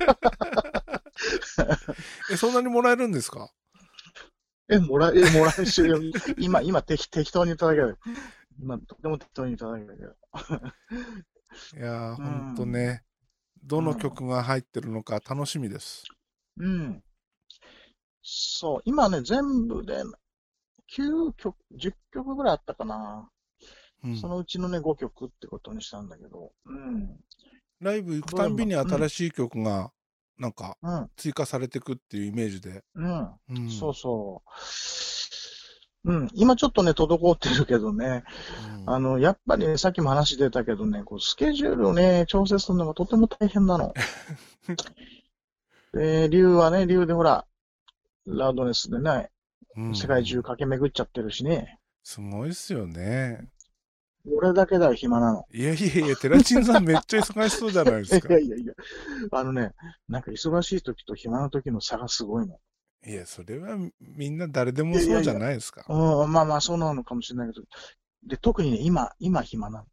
そんなにもらえるんですか？ もらえし、今適当に言っただけだよ。今、とても適当に言っただけだけど。 いやー、 うほんとん。 ね、どのうん。 曲が入ってるのか楽しみです。 うん。そう。今ね、全部で9曲、10曲ぐらいあったかな。 うん。 そのうちのね、5曲ってことにしたんだけど。うん。 ライブ行くどれも、 たんびにうん。 新しい曲が、なんか、 うん。 追加されてくっていうイメージで。 うん。そううん。 そう。うん。今ちょっとね、滞ってるけどね。 うん。 やっぱりね、さっきも話出たけどね、こう、スケジュールをね、調整するのがとても大変なの。で、竜はね、竜でほら、ラウドネスでね、 うんう世界中ん。 駆け巡っちゃってるしね。 すごいっすよね。 俺だけだよ、暇なの。 いやいやいや、テラチンさんめっちゃ忙しそうじゃないでいすか。 やいやいや。あのね、なんか忙しい時と暇な時の差がすごいの。 いや、それはみんな誰でもそうじゃいやいやいや。 ないですか。 うん、まあまあ、そうなのかもしれないけど。で、特にね、今暇なの。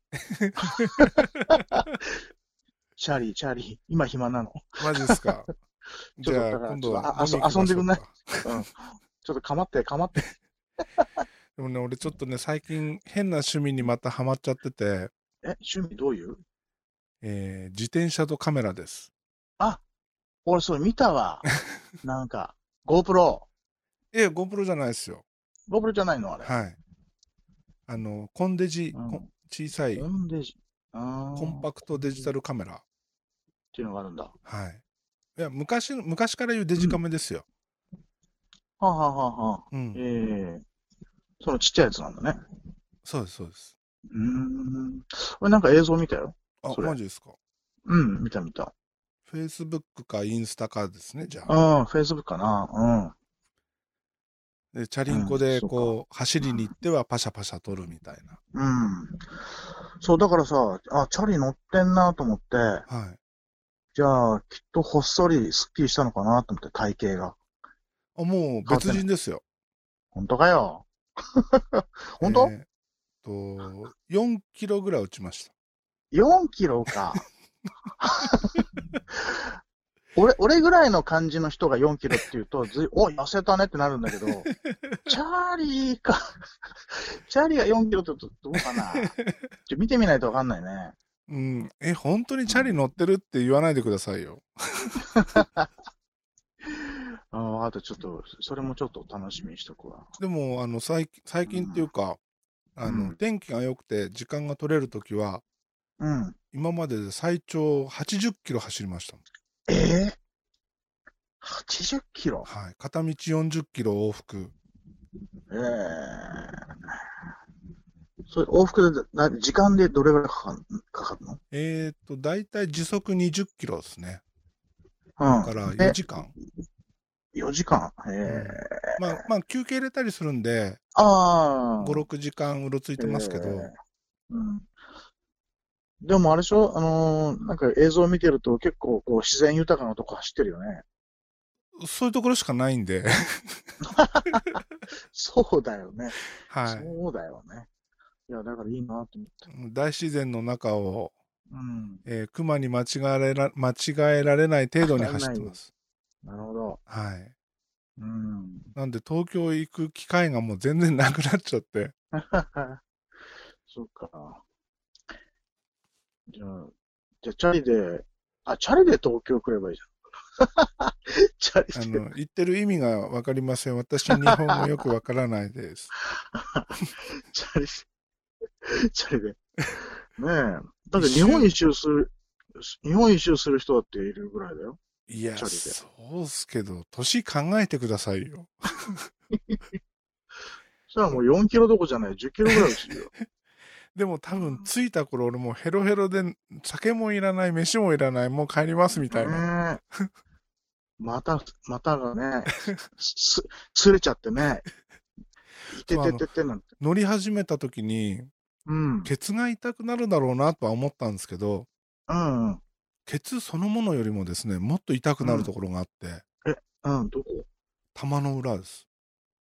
チャーリー、今暇なの。 マジっすか。 ちょっと、 じゃあ、 だから、 今度ちょっと、 飲み行き遊んでくんない？ ましょうか。 うん。ちょっと構って。 でもね、俺ちょっとね、最近変な趣味にまたハマっちゃってて、 趣味どういう？ 自転車とカメラです。 あ、俺それ見たわ。なんか、GoPro。 GoPro じゃないですよ。 GoPro じゃないのあれ。 はい。コンデジ、 うん。 小さいコンデジ。あコンパあ、 クトデジタルカメラ。 っていうのがあるんだ。 はい。いや、昔から言うデジカうん。 メですよ。 はあ、はあはあはあ、 うん。 そのちっちゃいやつなんだね。 そうです、そうです。 うーん。俺なんか映像見たよ。 あ、 それ。 マジですか。 うん、見た見た。 Facebook かインスタかですね、じゃあ。 うん、Facebook かな。 で、チャうん。うん、 リンコでそうか。 こう、走りに行ってはパシャパシャ撮るみたいな。 うん。そう、だからさ、あ、チャリ乗ってんなと思って、 はい。 じゃあ、きっとほっそりスッキリしたのかなと思って、体型が。 あ、もう別変わってない。 人ですよ。 本当かよ。本当？ え4キロぐらい落ちました。 4 キロか。俺ぐらいの感じの人が4キロって言うと、お、痩せたねってなるんだけど、チャーリーか、チャーリーが4キロって言うとどうかな。見てみないとわかんないね。 うん。本当にチャリうん。 乗ってるって言わないでくださいよ。 あとちょっと、それもちょっと楽しみにしとくわ。 でも、最近っていうか、 うん。 天気が良くて時間が取れるときは、 うん。 今までで最長80キロ走りましたもん。 えー、80キロ。 はい。片道40キロ往復。 それ往復で時間でどれぐらいかかるの？ だいたい時速20キロですね。だかうん。 らで、 4時間。 4時間。 うん。まあ、休憩入れたりするんで、5、 ああ、 6時間うろついてますけど、 うん。でもあれでしょなんか映像を見てると結構こう自然豊かなとこ走ってるよね。 そういうところしかないんで、 そうだよね。 はい。 そうだよね。いや、だからいいなと思って。 大自然の中を、 うん。 熊に間違えられない程度にならないよ。 な走ってます。 なるほど。 はい。 うん。 なんで東京行く機会がもう全然なくなっちゃって。 そうか。じゃあ、チャリで、チャリで東京来ればいいじゃん。チャリで。 言ってる意味がわかりません。私、日本語よくわからないです。 チャリ、チャリで。ねえ。だって一周、 日本一周する人だっているぐらいだよ。 いや、 チャリで。 そうっすけど、年考えてくださいよ。 そしたらもう4キロどころじゃない、10キロぐらいするよ。 でも多分うん。 着いた頃俺もうヘロヘロで酒もいらない、飯もいらない、もう帰りますみたいな。 ねえ。またがね、すれちゃってね、いてそう、 てててなんて。 乗り始めた時に、 うん。 ケツが痛くなるだろうなとは思ったんですけど、 うん、うん、 ケツそのものよりもですね、もっと痛くうん。 なるところがあって、 え、うん、どこ？ 玉の裏です。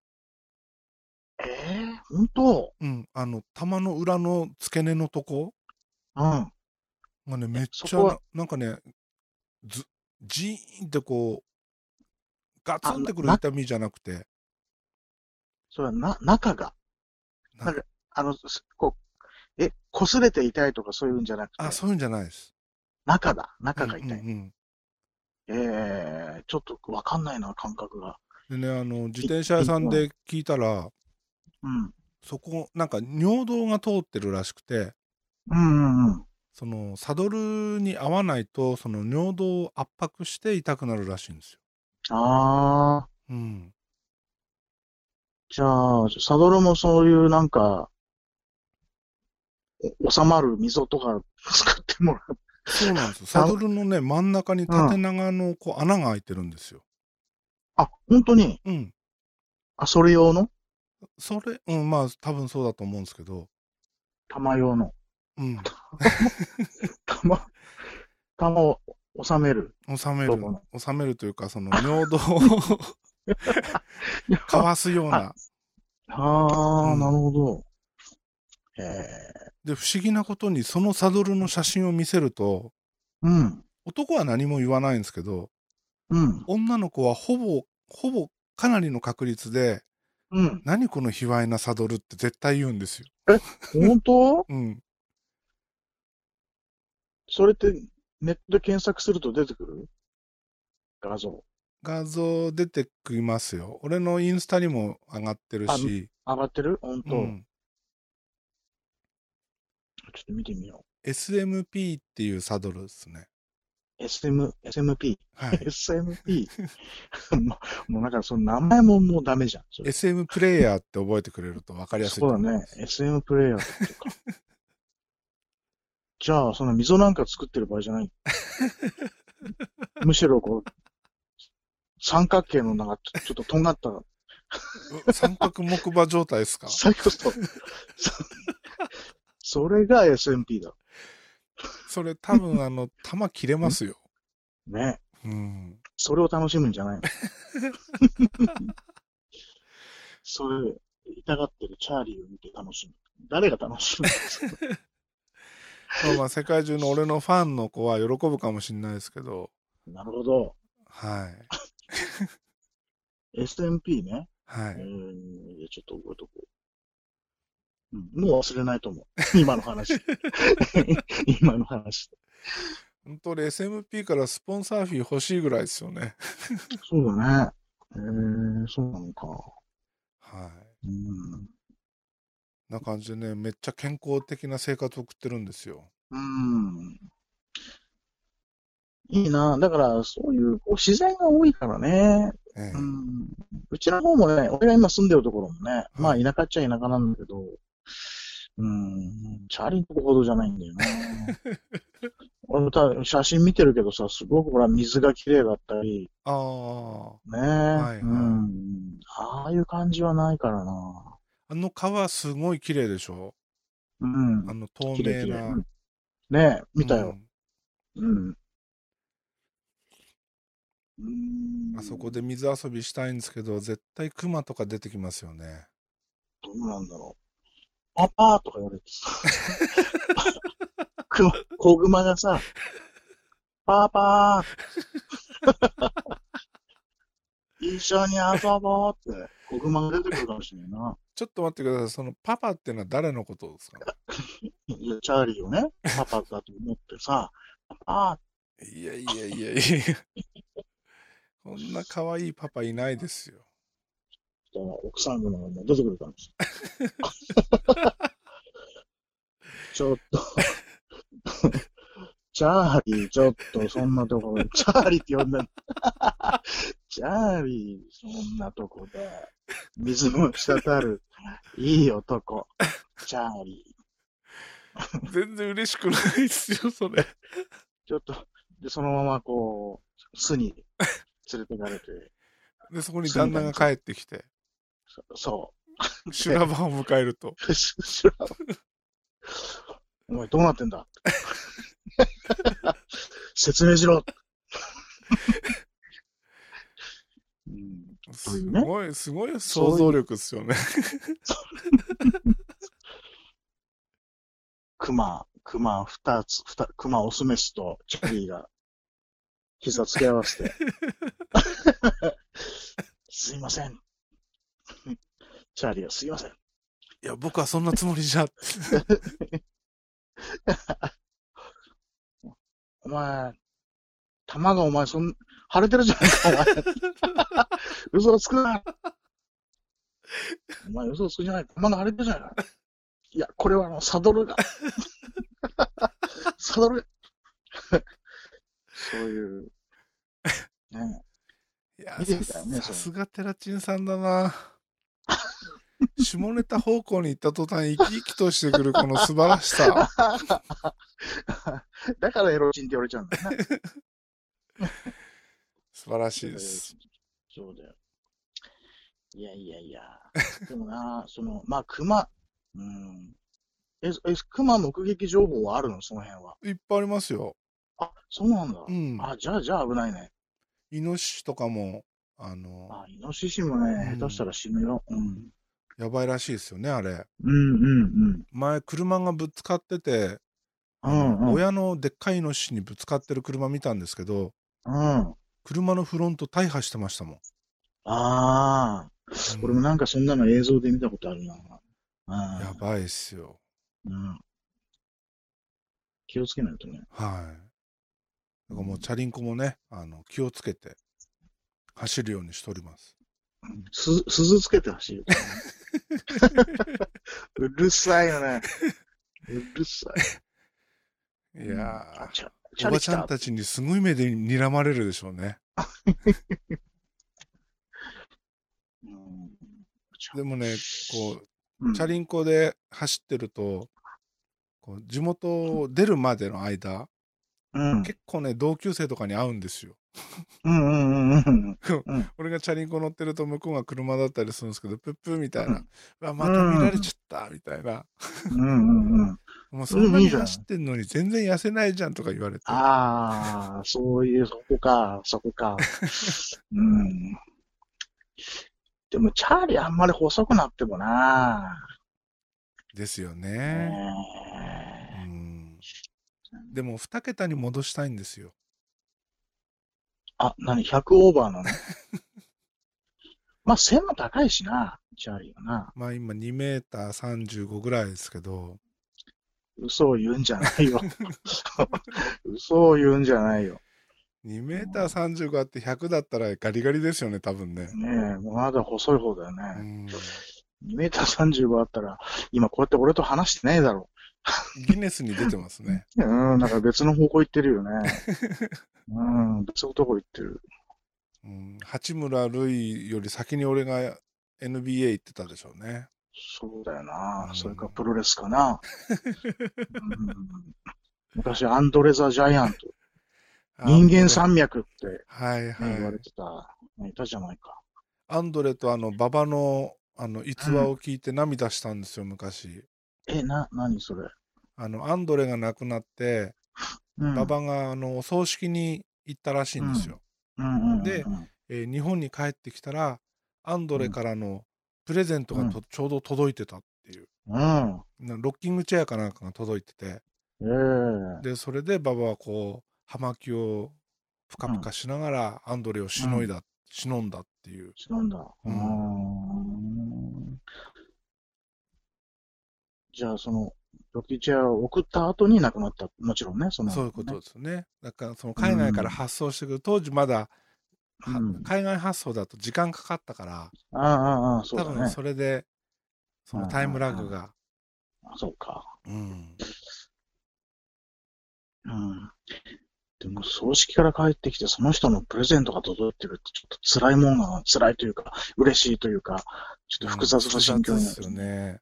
本当？ うん、玉の裏の付け根のとこうん。 がね、めっちゃそこは、 なんかね、ず、ジーンってこう、ガツあ、 ンってくる痛みじゃなくて、 それは中が。 な、 なんか、こ擦れて痛いとかそういうんじゃなくて、 そういうんじゃないです。うんうんう中が痛い。 ん。 ちょっとわかんないな、感覚が。 でね、自転車屋さんうん、 で聞いたら、 うん、 そこ、なんか尿道が通ってるらしくて、 うん、うん。 そのサドルに合わないと、その尿道を圧迫して痛くなるらしいんですよ。 ああ、 うん。 じゃあ、サドルもそういうなんか、収まる溝とか作ってもらう。 そうなんですよ。サた、 ドルのね、真ん中にうん。 縦長のこう穴が開いてるんですよ。 本当に？ うん。 それ用の？ まあ多分そうだと思うんですけど、 玉用の。 うん。 玉、玉を収めるとこの。 収めるというか、その尿道をいや、 かわすようあ、 な。うなるん。 ほど。えで、不思議なことに、そのサドルの写真を見せると、 うん、 男は何も言わないんですけど、 うん、 女の子はほぼかなりの確率で、 うん。 何この卑猥なサドルって絶対言うんですよ。 本当？ うん。 それってネットで検索すると出てくる画像。 画像出てきますよ。俺のインスタにも上がってるあ、 し、 上がってる本当。 うん。 ちょっと見てみよ SMP っていうサドルですね。 う。SMP。 はい。 SMP。もうなんかその名前ももうダメじゃん。それ。 SM プレイヤーって覚えてくれると分かりやすいそうだね。 と思います。 SM プレイヤーってことか。じゃあ、その溝なんか作ってる場合じゃない。むしろこう、三角形のなんかちょっととんがった三角木馬状態ですか？ 最後と、それが SMP だ。 それ多分弾切れますよ。 ね。 うん。 それを楽しむんじゃないの。それ、痛がってるチャーリーを見て楽しむ。誰が楽しむんですか？ まあ世界中の俺のファンの子は喜ぶかもしれないですけど、 なるほど。 はい。 SMP ね。 はい。 ちょっと覚えとこう。うん、もう忘れないと思う。今の話。今の話。 本当に SMP からスポンサーフィー欲しいぐらいですよね。 そうだね。そうなのか。 はい。 うん。 な感じでね、めっちゃ健康的な生活を送ってるんですよ。 うん。いいな。だから、そういう、こう自然が多いからね。 ええ。 うん。うちの方もね、俺が今住んでるところもね、まあ、 はい。 田舎っちゃ田舎なんだけど、うん、チャーリーのとこほどじゃないんだよな。俺も写真見てるけどさ、すごくほら、水が綺麗だったり、 ああ、はねいうはい。 ん。ああいう感じはないからな。 川すごい綺麗でしょ？ うん。 透綺麗綺麗。 明な。 うん。ね見たよ。 うん。 うん。うあそこん。 で水遊びしたいんですけど、絶対クマとか出てきますよね。 どうなんだろう。パけパーとか言われてさ、子熊がさ、パパー、一緒に遊ぼうって、子熊が出てくるかもしれないな。 ちょっと待ってください。そのパパっていうのは誰のことですかね？ いや、チャーリーをね、パパだと思ってさ、パいやいやいやいや、こんな可愛いパパいないですよ。 ーって奥さんがもう出てくるかもしれない。ちょっと、チャーリー、ちょっとそんなところ、チャーリーって呼んだ。チャーリー、そんなとこで、水の滴る、いい男、チャーリー。 全然嬉しくないですよ、それ。 ちょっと、で、そのままこう、巣に連れてかれて、 で、そこに巣みたいにさ、 旦那が帰ってきて、 そう。 修で、 羅場を迎えると。 お前どうなってんだ説明しろ。うん、というね。 すごい想像そういう力ですよね。 熊オスメスとチャーリーが膝つけ合わせて、すいません。チャーリーはすいません。 いや、僕はそんなつもりじゃ。 お前、玉がお前腫れてるじゃないか、お前。嘘をつくな。お前嘘をつくじゃない。玉が腫れてるじゃないか。いや、これはサドルが、そういう、ね、 いや、 見てみたいね、 さそういうすがテラチンさんだな。下ネタ方向に行った途端、生き生きとしてくるこの素晴らしさ。 だからエロチンって言われちゃうんだよね。 素晴らしいだです。 からエロチン。そうだよ。いやいやいや。でもな、まあ、うん。熊目撃情報はあるのその辺は。 いっぱいありますよ。 あ、そうなんだ。 うん。 あ、じゃあ危ないね。 イノシシとかも、 あ、イノシシもね、下手したうん。 ら死ぬよ。うん。 やばいらしいですよね、あれ。 うんうん前、車がぶつかってて、 うん。うんうん。 親のでっかいイノシシにぶつかってる車見たんですけど、 うん。 車のフロント大破してましたもん。 ああ。俺もうん。 なんかそんなの映像で見たことあるな。 やばいっすよ。 うん。気をつけないとね。 はい。だからもううん。 チャリンコもね、気をつけて、 走るようにしております。 鈴つけてほしい。うるさいよね。うるさい。 いやチー、おばャリ来た。 ちゃんたちにすごい目で睨まれるでしょうね。でもね、こう、チャリンコで走ってると、こう地元を出るまでの間、結構ね、同級生とかに会うんですよ。俺がチャリンコ乗ってると向こうが車だったりするんですけど、プップーみたいな。また見られちゃった、みたいな。もうそんなに走ってんのに全然痩せないじゃんとか言われて。 ああ、そういう、そこか。でも、チャーリーあんまり細くなってもな。 ですよね。でも、2桁に戻したいんですよ。 100オーバーなの？まあ、背も高いしな、チャーリーはな。 まあ今2メーター35ぐらいですけど。 嘘を言うんじゃないよ。嘘を言うんじゃないよ。 2メーター35あって100だったらガリガリですよね、多分ね。 ねえ、まだ細い方だよね。2メーター35あったら、今こうやって俺と話してないだろう。ギネスに出てますね。 なんか別の方向行ってるよね。別のとこ行ってる。 八村塁より先に俺が NBA 行ってたでしょうね。 そうだよな。それかプロレスかな。昔、アンドレ・ザ・ジャイアント。人間山脈って、言われてた、いたじゃないか。 アンドレと馬場の、逸話を聞いて涙したんですよ、昔。 何それ。 アンドレが亡くなって、馬場が、お葬式に行ったらしいんですよ。で、日本に帰ってきたら、アンドレからのプレゼントがちょうど届いてたっていう。ロッキングチェアかなんかが届いてて。で、それで馬場はこう、葉巻をぷかぷかしながらアンドレを忍んだっていう。 忍んだ。じゃあ、ロッキングチェアを送った後に亡くなった。もちろんね、 そういうことですね。だから、海外から発送してくる、当時まだ、海外発送だと時間かかったから、 そうだね。 多分それで、そのタイムラグが。 そうか。でも、葬式から帰ってきて、その人のプレゼントが届いてるって、ちょっと辛いもんが、辛いというか、嬉しいというか、ちょっと複雑な心境になる。 ですよね。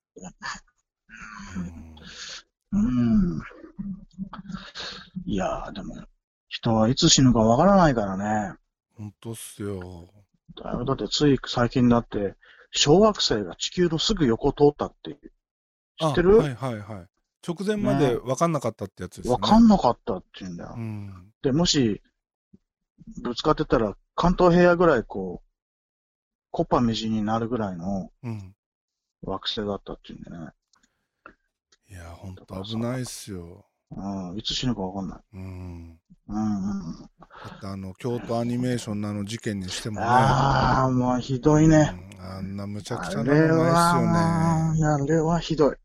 いやー、でも、人はいつ死ぬかわからないからね。 本当っすよ。 だってつい最近だって、小惑星が地球のすぐ横通ったっていう。知ってる？ はい。直前まで分かんなかったってやつですね。 分かんなかったって言うんだよ。で、もし、ぶつかってたら、関東平野ぐらいこう、コッパみじんになるぐらいの惑星だったって言うんだよね。 いや、ほんと危ないっすよ。 いつ死ぬか分かんない。 だって京都アニメーションの事件にしてもね。 もうひどいね。 あんなむちゃくちゃなのないっすよね。 あれはひどい。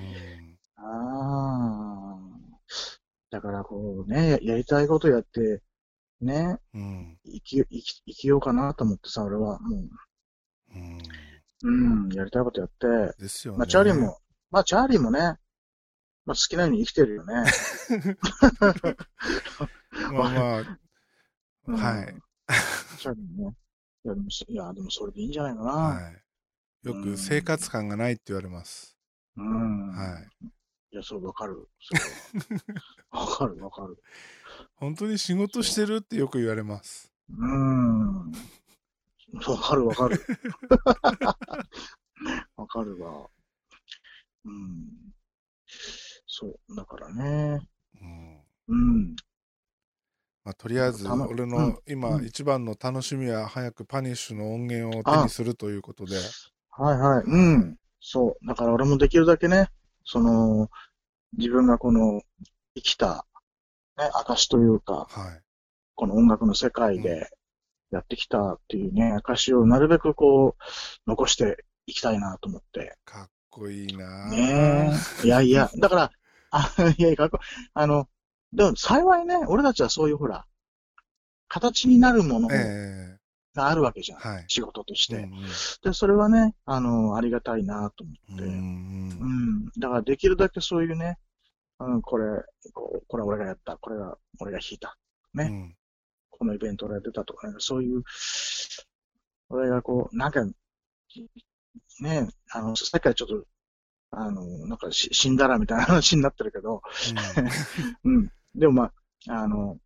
だからこうね、やりたいことやって、ね、生きようかなと思ってさ、俺はもう、やりたいことやって。 ですよね。 まあ、チャーリーもね、好きなように生きてるよね。 はい。 チャーリーね。いや、でもそれでいいんじゃないかな。 よく生活感がないって言われます。 いや、そう、わかる。わかる。 本当に仕事してるってよく言われます。 わかる。わかるわ。そう、だからね。 まあ、とりあえず、俺の今一番の楽しみは早くパニッシュの音源を手にするということで。 そう。だから俺もできるだけね、自分がこの生きた、ね、証というか、この音楽の世界でやってきたっていうね、証をなるべくこう、残していきたいなと思って。 かっこいいなねえ。いや、だから、かっこでも幸いね、俺たちはそういうほら、形になるものをがあるわけじゃん。 はい。 仕事としうんうて。 ん。 で、それはね、ありがたいなと思って。 うんだからできるだけそういうね、これは俺がやった、これは俺が弾いた。ね。 うん。 このイベント俺が出たとかね、そういう、俺がこう、なんか、ね、さっきからちょっと、なんか死んだらみたいな話になってるけど、 うん。 うん。でもまあ、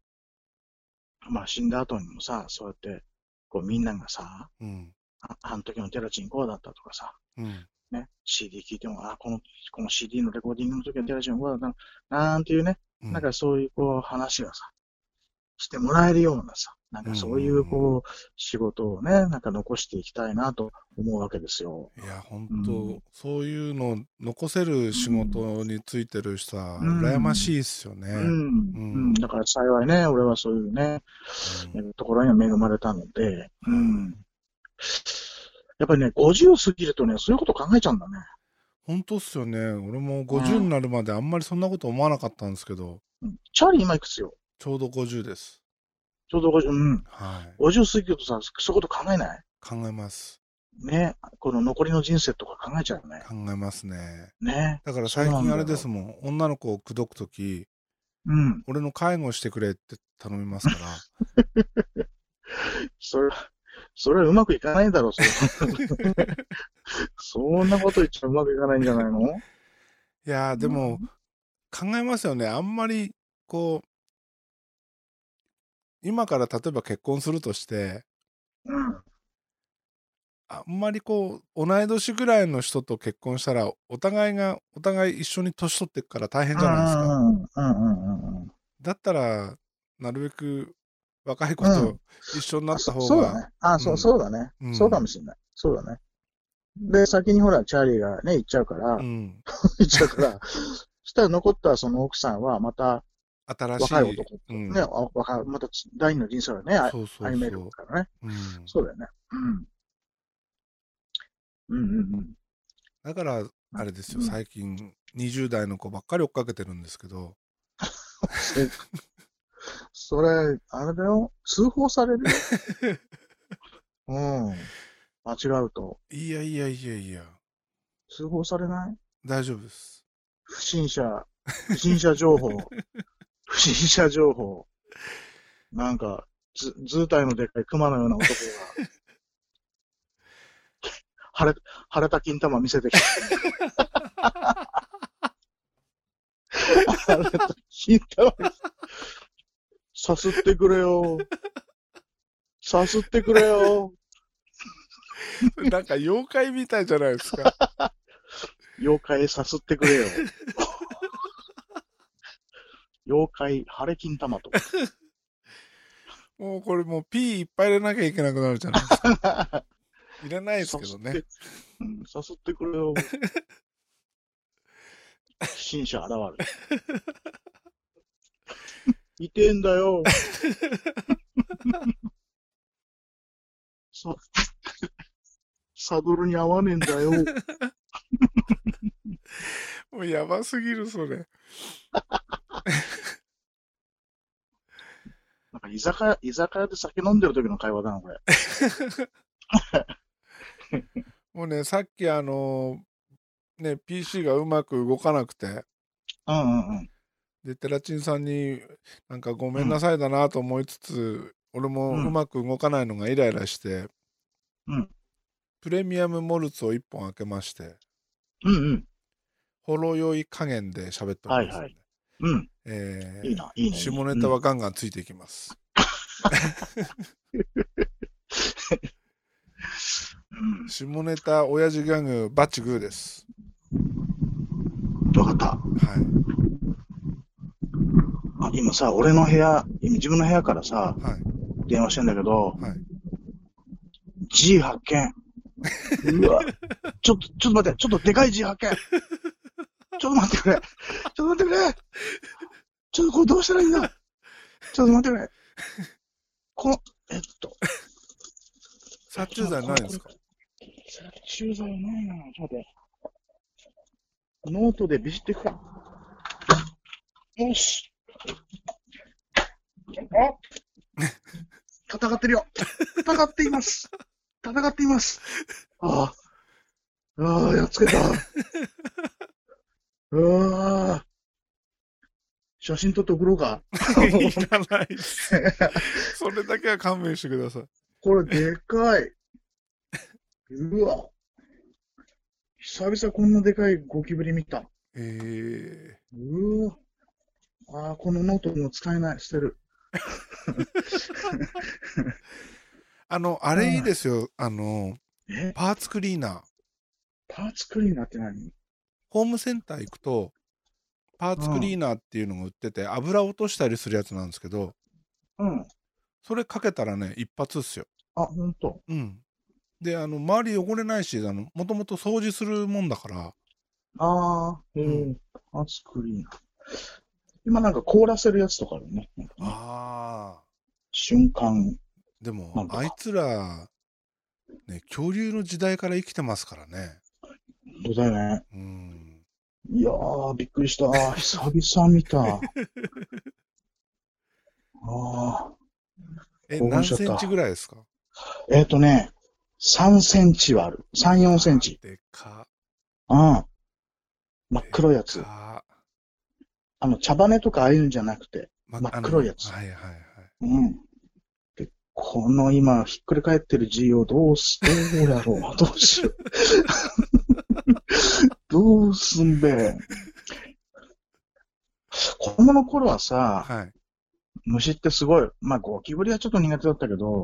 死んだ後にもさ、そうやって、こうみんながさ、 うん。 あの時のテラチンこうだったとかさ、 うん。 ね、CD 聴いても、この CD のレコーディングの時はテラチンこうだったな、なんていうね、なんかそういうこう話がさ、してもらえるようなさ、なんかそういうこう、仕事をね、なんか残していきたいなと思うわけですよ。 いや、本うん。 当そういうの残せる仕事についてる人は羨ましいっすよね。 だから幸いね、俺はそういうね、ところには恵まれたので、やっぱりね、50を過ぎるとね、そういうこと考えちゃうんだね。 本当っすよね。俺も50になるまであんまりそんなこと思わなかったんですけど、 チャーリー今いくつよ？ ちょうど50です。 ちょうど50、 はい。 50過ぎるとさ、そういうこと考えない？ 考えます。 ね。この残りの人生とか考えちゃうよね。 考えますね。 ね。 だからそう最近あれなんだよ。 ですもん。女の子を口説くとき、 うん。 俺の介護してくれって頼みますから。 それ、それはうまくいかないだろう、それ。そんなこと言っちゃうまくいかないんじゃないの？ いやー、でも考えますよね。あんまり、こう、今から例えば結婚するとして、あんまりこう、同い年ぐらいの人と結婚したら、お互い一緒に年取っていくから大変じゃないですか。だったら、なるべく若い子と一緒になった方が、 そうだね。そうだね。そうかもしれない。そうだね。で、先にほら、チャーリーがね、行っちゃうから、行っちゃうから、そしたら残ったその奥さんはまた、 新しい、 若い男とね、また第二の人生をね、 そうそう歩めるそからね。 う。 そうだよね。 だから、あれですよ、最近20代の子ばっかり追っかけてるんですけど。 それ、あれだよ。通報されるよ。間違うと。 いやいやいやいや、 通報されない？ 大丈夫です。 不審者情報。不審者情報。なんか、図体のでっかい熊のような男が、腫れた金玉見せてきて。腫れた金玉さすってくれよ。さすってくれよ。 なんか妖怪みたいじゃないですか。 妖怪さすってくれよ。妖怪、腫れ金玉と。 もうこれもう P いっぱい入れなきゃいけなくなるじゃないですか。いらないですけどね。 さすってくれよ。不審者現る。いてんだよ。サドルに合わねえんだよ。 もうやばすぎる、それ。 なんか居酒屋で酒飲んでる時の会話だな、これ。 もうね、さっきPC がうまく動かなくて、で、テラチンさんになんかごめんなさいだなと思いつつ、俺もうまく動かないのがイライラして、プレミアムモルツを1本開けまして、ほろ酔い加減で喋っておりますので、 いいな、いいね。 下ネタはガンガンついていきます。下ネタ親父ギャグバッチグーです。 わかった。はい。今さ、俺の部屋、自分の部屋からさ、電話してんだけど、G 発見。うわ。ちょっと待って、ちょっとでかい G 発見。ちょっと待ってくれ。ちょっと待ってくれ。ちょっとこれどうしたらいいんだ。ちょっと待ってくれ。 殺虫剤ないんですか？ 殺虫剤ないな。ちょっと待って。ノートでビシっていくか。よし。 戦ってるよ。戦っています。戦っています。ああ。ああ、やっつけた。うわあ。写真撮って送ろうか。 いらないです。それだけは勘弁してください。 これでかい。うわ。久々こんなでかいゴキブリ見た。うわ。ああ、このノートも使えない。捨てる。 あれいいですよ。パーツクリーナー。 パーツクリーナーって何？ ホームセンター行くと、パーツクリーナーっていうのが売ってて、油落としたりするやつなんですけど、 うん。 それかけたらね、一発っすよ。 あ、ほんと。 うん。で、周り汚れないし、もともと掃除するもんだから。 ああ、パーツクリーナー。今なんか凍らせるやつとかあるね。 ああ。 瞬間。 でも、あいつら、ね、恐竜の時代から生きてますからね。 本当だよね。いやー、びっくりした。久々見た。ああ。 何センチぐらいですか ？3センチはある。3、4センチ。 でか。 真っ黒いやつ。茶羽とかああいうんじゃなくて、真っ黒いやつ。 はいはいはい。 で、この今、ひっくり返ってる G をどうやろう。どうしよう。どうすんべ。子供の頃はさ、虫ってすごい、ゴキブリはちょっと苦手だったけど、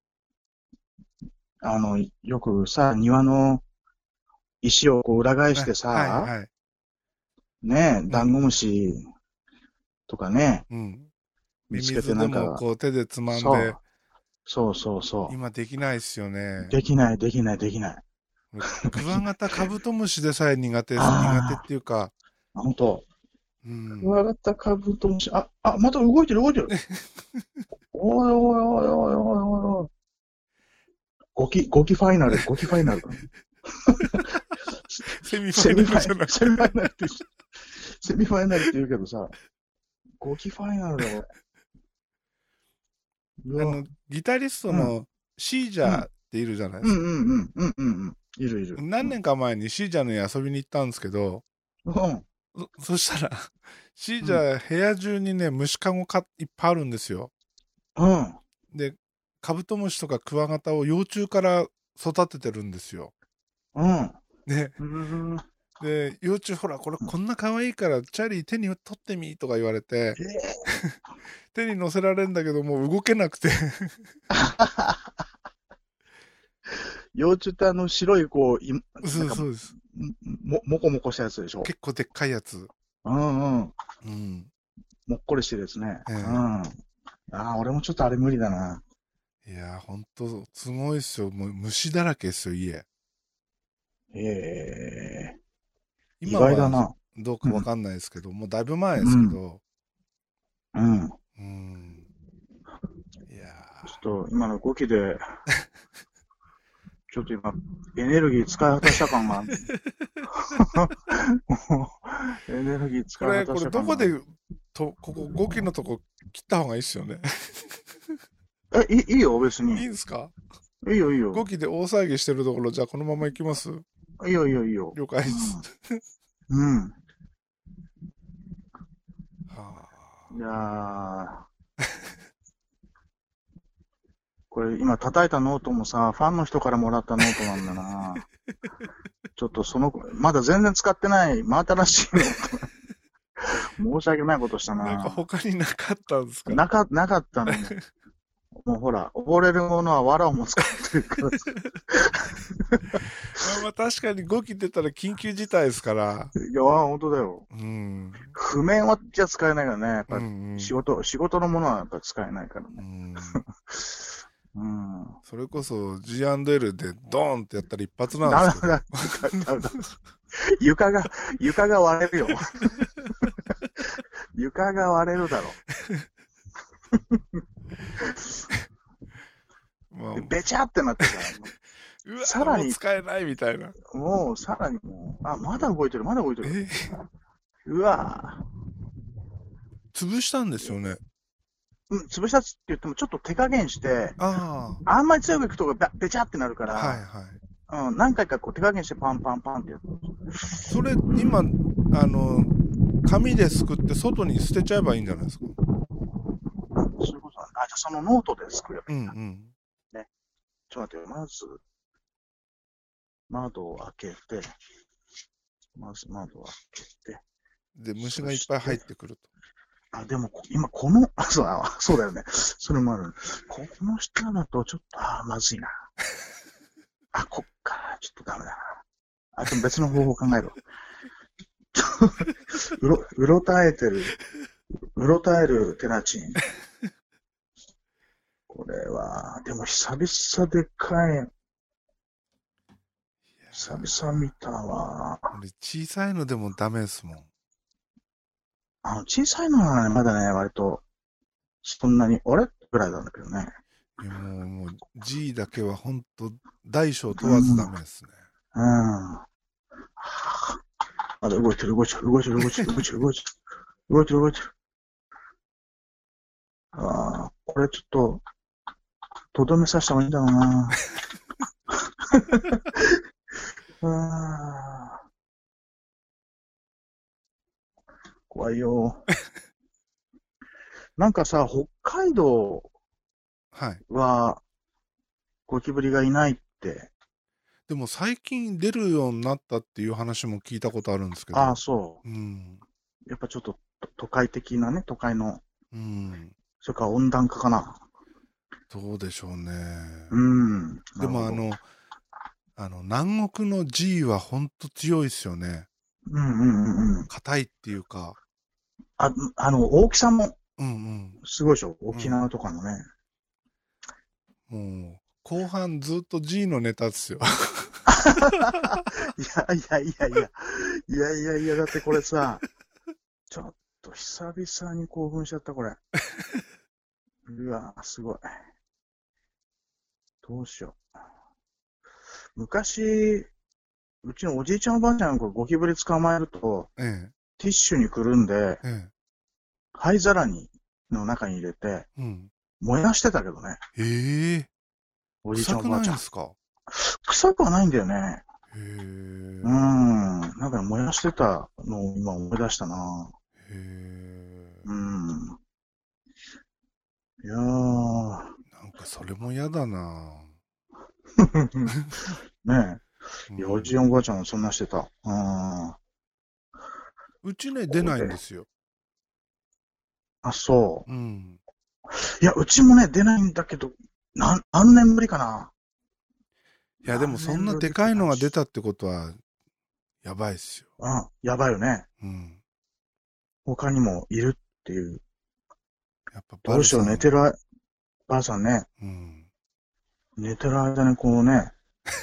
よくさ、庭の石をこう裏返してさ、ねえ、ダンゴムシとかね、 見つけてなんか、こう手でつまんで。 そう。 今できないっすよね。 できない。 クワガタカブトムシでさえ苦手っていうか。 ほんと。クワガタカブトムシ、また動いてる。おい。ゴキファイナル。 セミファイナルじゃなくて。 セミファイナルって言うけどさ、ゴキファイナルだよ。 ギタリストのシージャーっているじゃないですか。 いる。 何年か前にシージャーの家遊びに行ったんですけど、そしたら、シージャー部屋中にね、虫かごいっぱいあるんですよ。で、カブトムシとかクワガタを幼虫から育ててるんですよ。で、幼虫ほら、これこんな可愛いから、チャーリー手に取ってみとか言われて、手に乗せられるんだけど、もう動けなくて。 幼虫って白いこう、そうです。 もこもこしたやつでしょ？ 結構でっかいやつ。 もっこりしてるやつね。俺もちょっとあれ無理だな。 いやー、ほんと、すごいっすよ。もう虫だらけっすよ、家。 意外だな。 どうかわかんないですけど、もうだいぶ前ですけど。いやー。 ちょっと今の動きで、ちょっと今、エネルギー使い果たした感が。エネルギー使い果たした感が。 これどこで、ここ5機のとこ切った方がいいっすよね。 いいよ、別に。 いいんすか？ いいよ。 5機で大騒ぎしてるところ、じゃあこのまま行きます？ いいよ。 了解です。 いやー。これ今叩いたノートもさ、ファンの人からもらったノートなんだな。ちょっとまだ全然使ってない、真新しいノート。申し訳ないことしたな。 なんか他になかったんですか？ なかったの。もうほら、溺れるものは藁をも使ってるから。 確かに5機出たら緊急事態ですから。 いや、本当だよ。譜面はじゃ使えないからね。やっぱ仕事のものはやっぱ使えないからね。 それこそ G&L でドーンってやったら一発なんですけど。 床が割れるよ。床が割れるだろ。べちゃってなってたら。さらに。もう使えないみたいな。 もう、さらにまだ動いてる。うわ潰したんですよね。 潰したって言ってもちょっと手加減して、 ああんまり強くいくとべちゃってなるかあ、はいら、 はい。 何回かこう手加減してパンパンパンってやる。 それ、今、紙ですくって外に捨てちゃえばいいんじゃないですか。 そういうことなんだ。じゃあそのノートで作ればうんいいんだ。 うん。 ね。ちょっと待ってよ。まず、窓を開けて、まず窓を開けて、 で、虫そがいっぱい入っして、 てくると。 でも、今この、そうだよね。それもある。この下だとちょっと、まずいな。こっからちょっとダメだな。でも別の方法考えろ。うろたえてる、うろたえるテラチン。これは、でも久々でかい。久々見たわ。 俺、小さいのでもダメですもん。 小さいのはね、まだね、割と、そんなに、あれぐらいなんだけどね。 いや、もう G だけは本当大小問わずうん。 ダメですね。 うん。動いてる、動いてる、動いてる、動いてる、動いてる、動いてる、動いてる、動いてる。これちょっと、とどめさせた方がいいんだろうな。怖いよ。なんかさ、北海道はい。 は、ゴキブリがいないって。 でも最近出るようになったっていう話も聞いたことあるんですけど。 そうん。 う。やっぱちょっと都会的なね、都会の、 うん。 それから温暖化かな。 どうでしょうね。でなるほど。 も南国の G はほんと強いですよね。硬いっていうか。 大きさも、 うんすごいでしょ。 うん。うん。 沖縄とかのね。 もう、後半ずっと G のネタですよ。 いやいやいやいや、いやいやいや、だってこれさ、ちょっと久々に興奮しちゃった、これ。うわ、すごい。どうしよう。昔、うちのおじいちゃんおばあちゃんがゴキブリ捕まえると、 ええ。 ティッシュにくるんで、 ええ。 灰皿の中に入れて、 うん。 燃やしてたけどね。 ええ。 おじいちゃ臭くんおばあちゃん。 ないんすか？ 臭くはないんだよね。 へえ。 なんか燃やしてたのを今思い出したな。 へえ。 いやー。 なんかそれも嫌だな。 ねうえ。いや、おじいおん。 ばあちゃんもそんなしてた。 うちね、出これ。 ないんですよ。 そうん。 う。いや、うちもね、出ないんだけど、何年ぶりかな。 いや、でも何そんな年ぶりってでかいのが出感じ。 たってことは、やばいっすよ。 やばいよね。 うん。 他にもいるっていう。 やっぱバどうしよう、 ルさん、 ばあさんね。 うん。 寝てる間にこうね、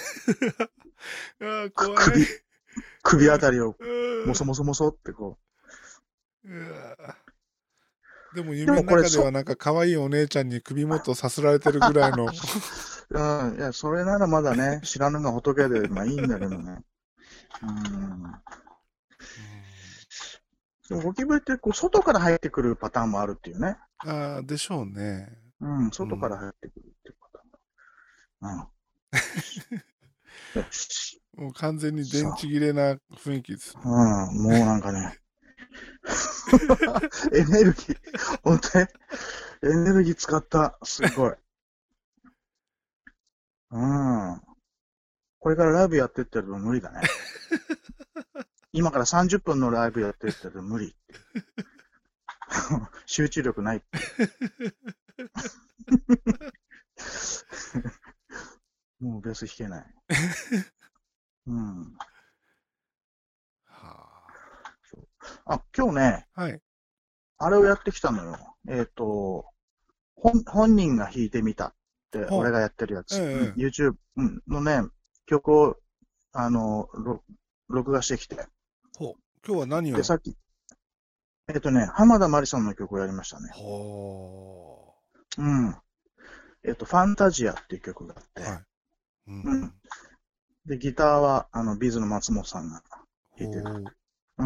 ああ、怖い。 首、首あたりを、 うもそーもそもそってこうわでもう。で夢のもこれ、 中ではなんか可愛いお姉ちゃんに首元さすられてるぐらいの。 いや、それならまだね、知らぬが仏で、まあいいんだけどね。うん。 うん、 でもゴキブリってこう外から入ってくるパターンもあるっていうね。 ああ、でしょうね。 外からうん。 入ってくるっていうパターン。よし。 もう完全に電さ池切れな雰囲気ですね。 もうなんかね、エネルギー、本当に、エネルギー使った。すごい。うん。これからライブやってって言うと無理だね。今から30分のライブやってって言うと無理。集中力ない。もうベース弾けない。うん。今日ね、 はい。 あれをやってきたのよ。本人が弾いてみたって俺ほがやってるやう。えつ。 え、ええ。 YouTube、のね、曲を、録画してきて。 ほう。今日は何で、 を？ さっき、浜田真理さんの曲をやりましたね。 ほうん。ファンタジアっていう曲があっう。はて。 い。うん、 うん。 うん。 で、ギターは、ビーズの松本さんが弾いてる。 ほう。 うん。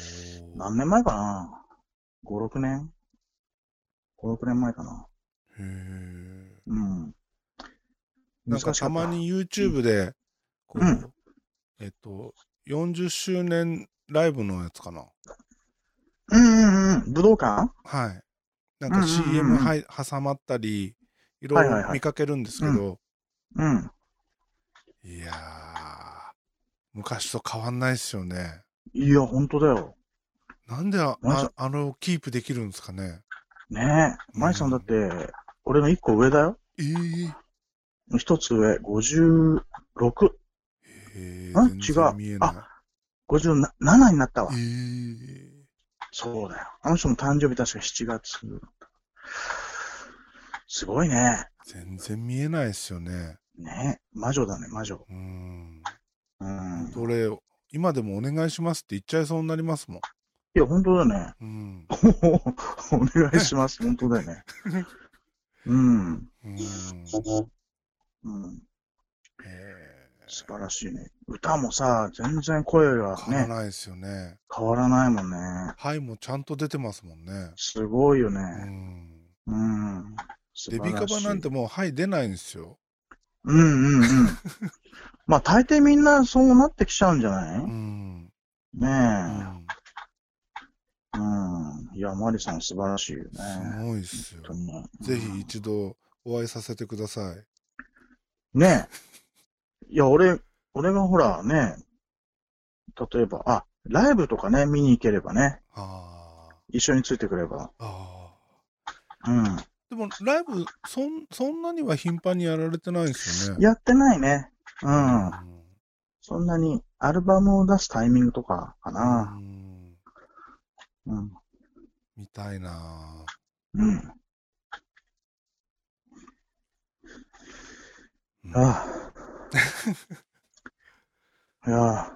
ほう。 何年前かな？ 5、6年 5、6年前かな。 へえ。 うん。 なんかたまに YouTube で、こう、40周年ライブのやつかな。 武道館。 はい。なんか CM 挟まったり、いろいろ見かけるんですけど、いやー、昔と変わんないっすよね。 いや、本当だよ。 なんでキープできるんですかね。 ねえ。マイさんだって、俺の1個上だよ。一つ上、56。 全然見えない。 あ、57になったわ。そうだよ。あの人も誕生日確か7月。すごいね。 全然見えないっすよね。 ねえ。魔女だね、魔女。 俺、今でもお願いしますって言っちゃいそうになりますもん。 いや、本当だね。お願いします。本当だよね。素晴らしいね。歌もさ、全然声がね。 変わらないですよね。 変わらないもんね。 はいもちゃんと出てますもんね。 すごいよね。 デビカバなんてもうはい出ないんですよ。 まあ大抵みんなそうなってきちゃうんじゃない？ねえ。いや、マリさん素晴らしいよね。 すごいっすよ。ぜひ一度お会いさせてください。 ねえ。いや、俺がほらね、例えば、ライブとかね、見に行ければね。一緒についてくれば。 でも、ライブ、そんなには頻繁にやられてないですよね。 やってないね。そんなに、アルバムを出すタイミングとかかな。 見たいなぁ。いや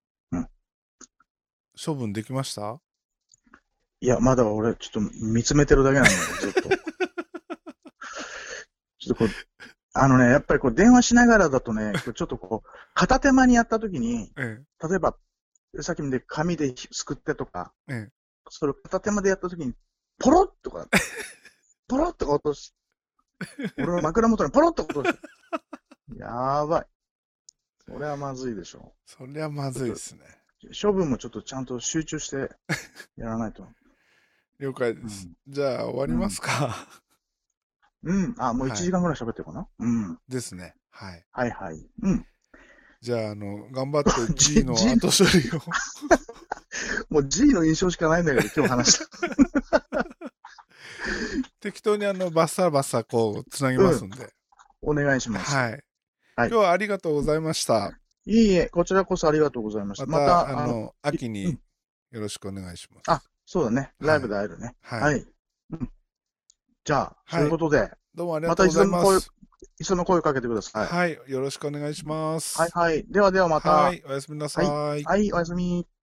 処分できました？ いや、まだ俺、ちょっと見つめてるだけなんだよ、ずっと。ちょっとやっぱり電話しながらだとね、ちょっと片手間にやったときに、例えば、さっきで紙ですくってとか、それを片手間でやったときに、ポロッとか、ポロッとか落とす。俺の枕元にポロッと落とす。やばい。それはまずいでしょ。 それはまずいですね。 処分もちょっとちゃんと集中してやらないと。 了解です。じゃあ終わりますか。 もう1時間ぐらい喋ってるかな。 ですね。はい。 はいはい。 じゃあ、頑張って G の後処理を。 もう G の印象しかないんだけど、今日話した。 適当にバッサーつなぎますんで。 お願いします。 はい。今日はありがとうございました。 いいえ、こちらこそありがとうございました。 また、秋によろしくお願いします。 そうだね。ライブで会えるね。はい。じゃあ、そういうことで。 どうもありがとうございます。 またいつでも声をかけてください。 はい。よろしくお願いします。 はいはい。ではまた。 はい。おやすみなさい。 はい、おやすみ。